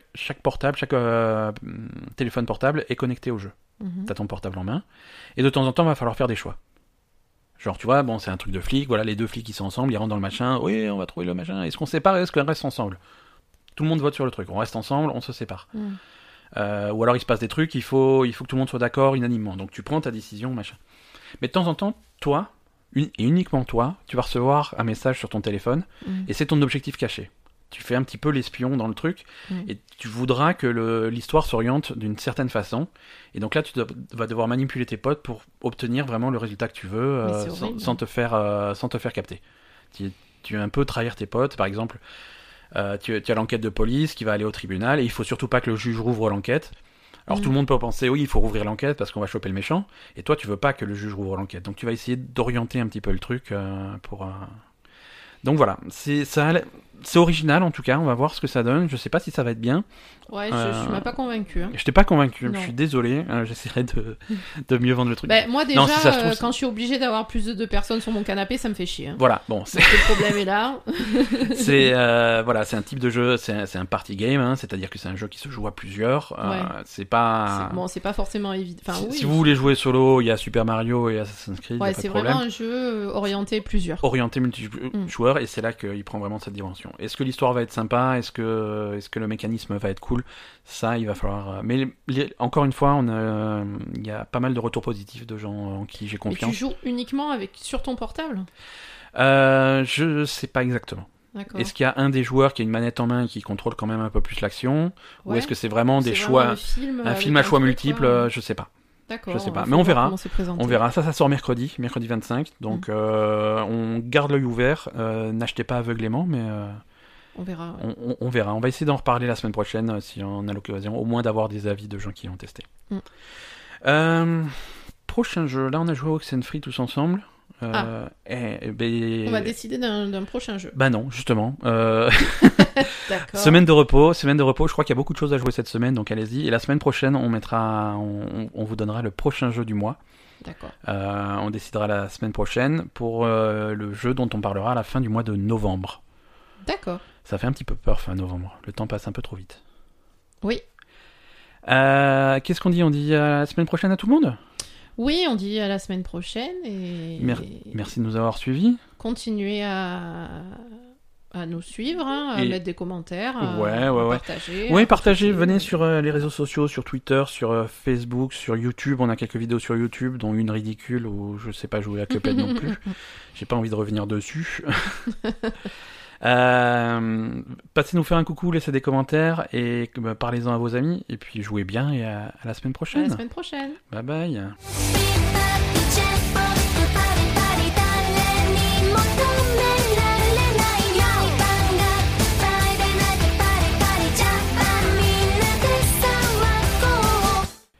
téléphone portable est connecté au jeu. T'as ton portable en main, et de temps en temps, il va falloir faire des choix. Genre, tu vois, bon, c'est un truc de flic, voilà, les deux flics, ils sont ensemble, ils rentrent dans le machin, oui, on va trouver le machin, est-ce qu'on se sépare, est-ce qu'on reste ensemble? Tout le monde vote sur le truc, on reste ensemble, on se sépare. Ou alors, il se passe des trucs, il faut que tout le monde soit d'accord unanimement, donc tu prends ta décision, machin. Mais de temps en temps, toi, et uniquement toi, tu vas recevoir un message sur ton téléphone, et c'est ton objectif caché. Tu fais un petit peu l'espion dans le truc, et tu voudras que l'histoire s'oriente d'une certaine façon, et donc là tu vas devoir manipuler tes potes pour obtenir vraiment le résultat que tu veux sans te faire capter. Tu vas un peu trahir tes potes, par exemple, tu as l'enquête de police qui va aller au tribunal, et il faut surtout pas que le juge rouvre l'enquête. Alors tout le monde peut penser, oui, il faut rouvrir l'enquête parce qu'on va choper le méchant, et toi tu veux pas que le juge rouvre l'enquête, donc tu vas essayer d'orienter un petit peu le truc pour... Donc voilà, c'est original en tout cas, on va voir ce que ça donne, je sais pas si ça va être bien. Ouais, je m'as pas convaincu. Hein. Je t'ai pas convaincu, je suis désolé, j'essaierai de mieux vendre le truc. Moi déjà, quand je suis obligé d'avoir plus de 2 personnes sur mon canapé, ça me fait chier. Hein. Voilà, bon. Donc, le problème est là. C'est un type de jeu, c'est un party game, hein, c'est-à-dire que c'est un jeu qui se joue à plusieurs. C'est pas forcément évident. Enfin, si vous voulez jouer solo, il y a Super Mario et Assassin's Creed. Ouais, c'est vraiment un jeu orienté plusieurs. Orienté multijoueur, et c'est là qu'il prend vraiment cette dimension. Est-ce que l'histoire va être sympa? Est-ce que le mécanisme va être cool? Ça, il va falloir... Mais encore une fois, il y a pas mal de retours positifs de gens en qui j'ai confiance. Et tu joues uniquement sur ton portable? Je sais pas exactement. D'accord. Est-ce qu'il y a un des joueurs qui a une manette en main et qui contrôle quand même un peu plus l'action? Ou est-ce que c'est vraiment des choix... un film à choix multiples? Je sais pas. D'accord. Je sais pas, mais on verra. On verra. Ça sort mercredi 25. Donc on garde l'œil ouvert. N'achetez pas aveuglément, mais... On verra. On verra. On va essayer d'en reparler la semaine prochaine si on a l'occasion, au moins d'avoir des avis de gens qui l'ont testé. Prochain jeu. Là, on a joué au Oxenfree tous ensemble. On va décider d'un prochain jeu. Bah non, justement. D'accord. Semaine de repos. Je crois qu'il y a beaucoup de choses à jouer cette semaine, donc allez-y. Et la semaine prochaine, on vous donnera le prochain jeu du mois. D'accord. On décidera la semaine prochaine pour le jeu dont on parlera à la fin du mois de novembre. D'accord. Ça fait un petit peu peur fin novembre. Le temps passe un peu trop vite. Oui. Qu'est-ce qu'on dit? On dit à la semaine prochaine à tout le monde? Oui, on dit à la semaine prochaine. Et... Merci de nous avoir suivis. Continuez à nous suivre, à mettre des commentaires, à partager. Oui, partagez, venez sur les réseaux sociaux, sur Twitter, sur Facebook, sur YouTube. On a quelques vidéos sur YouTube, dont une ridicule où je sais pas jouer à Cuphead non plus. J'ai pas envie de revenir dessus. Passez nous faire un coucou, laissez des commentaires et parlez-en à vos amis. Et puis jouez bien et à la semaine prochaine. À la semaine prochaine. Bye bye.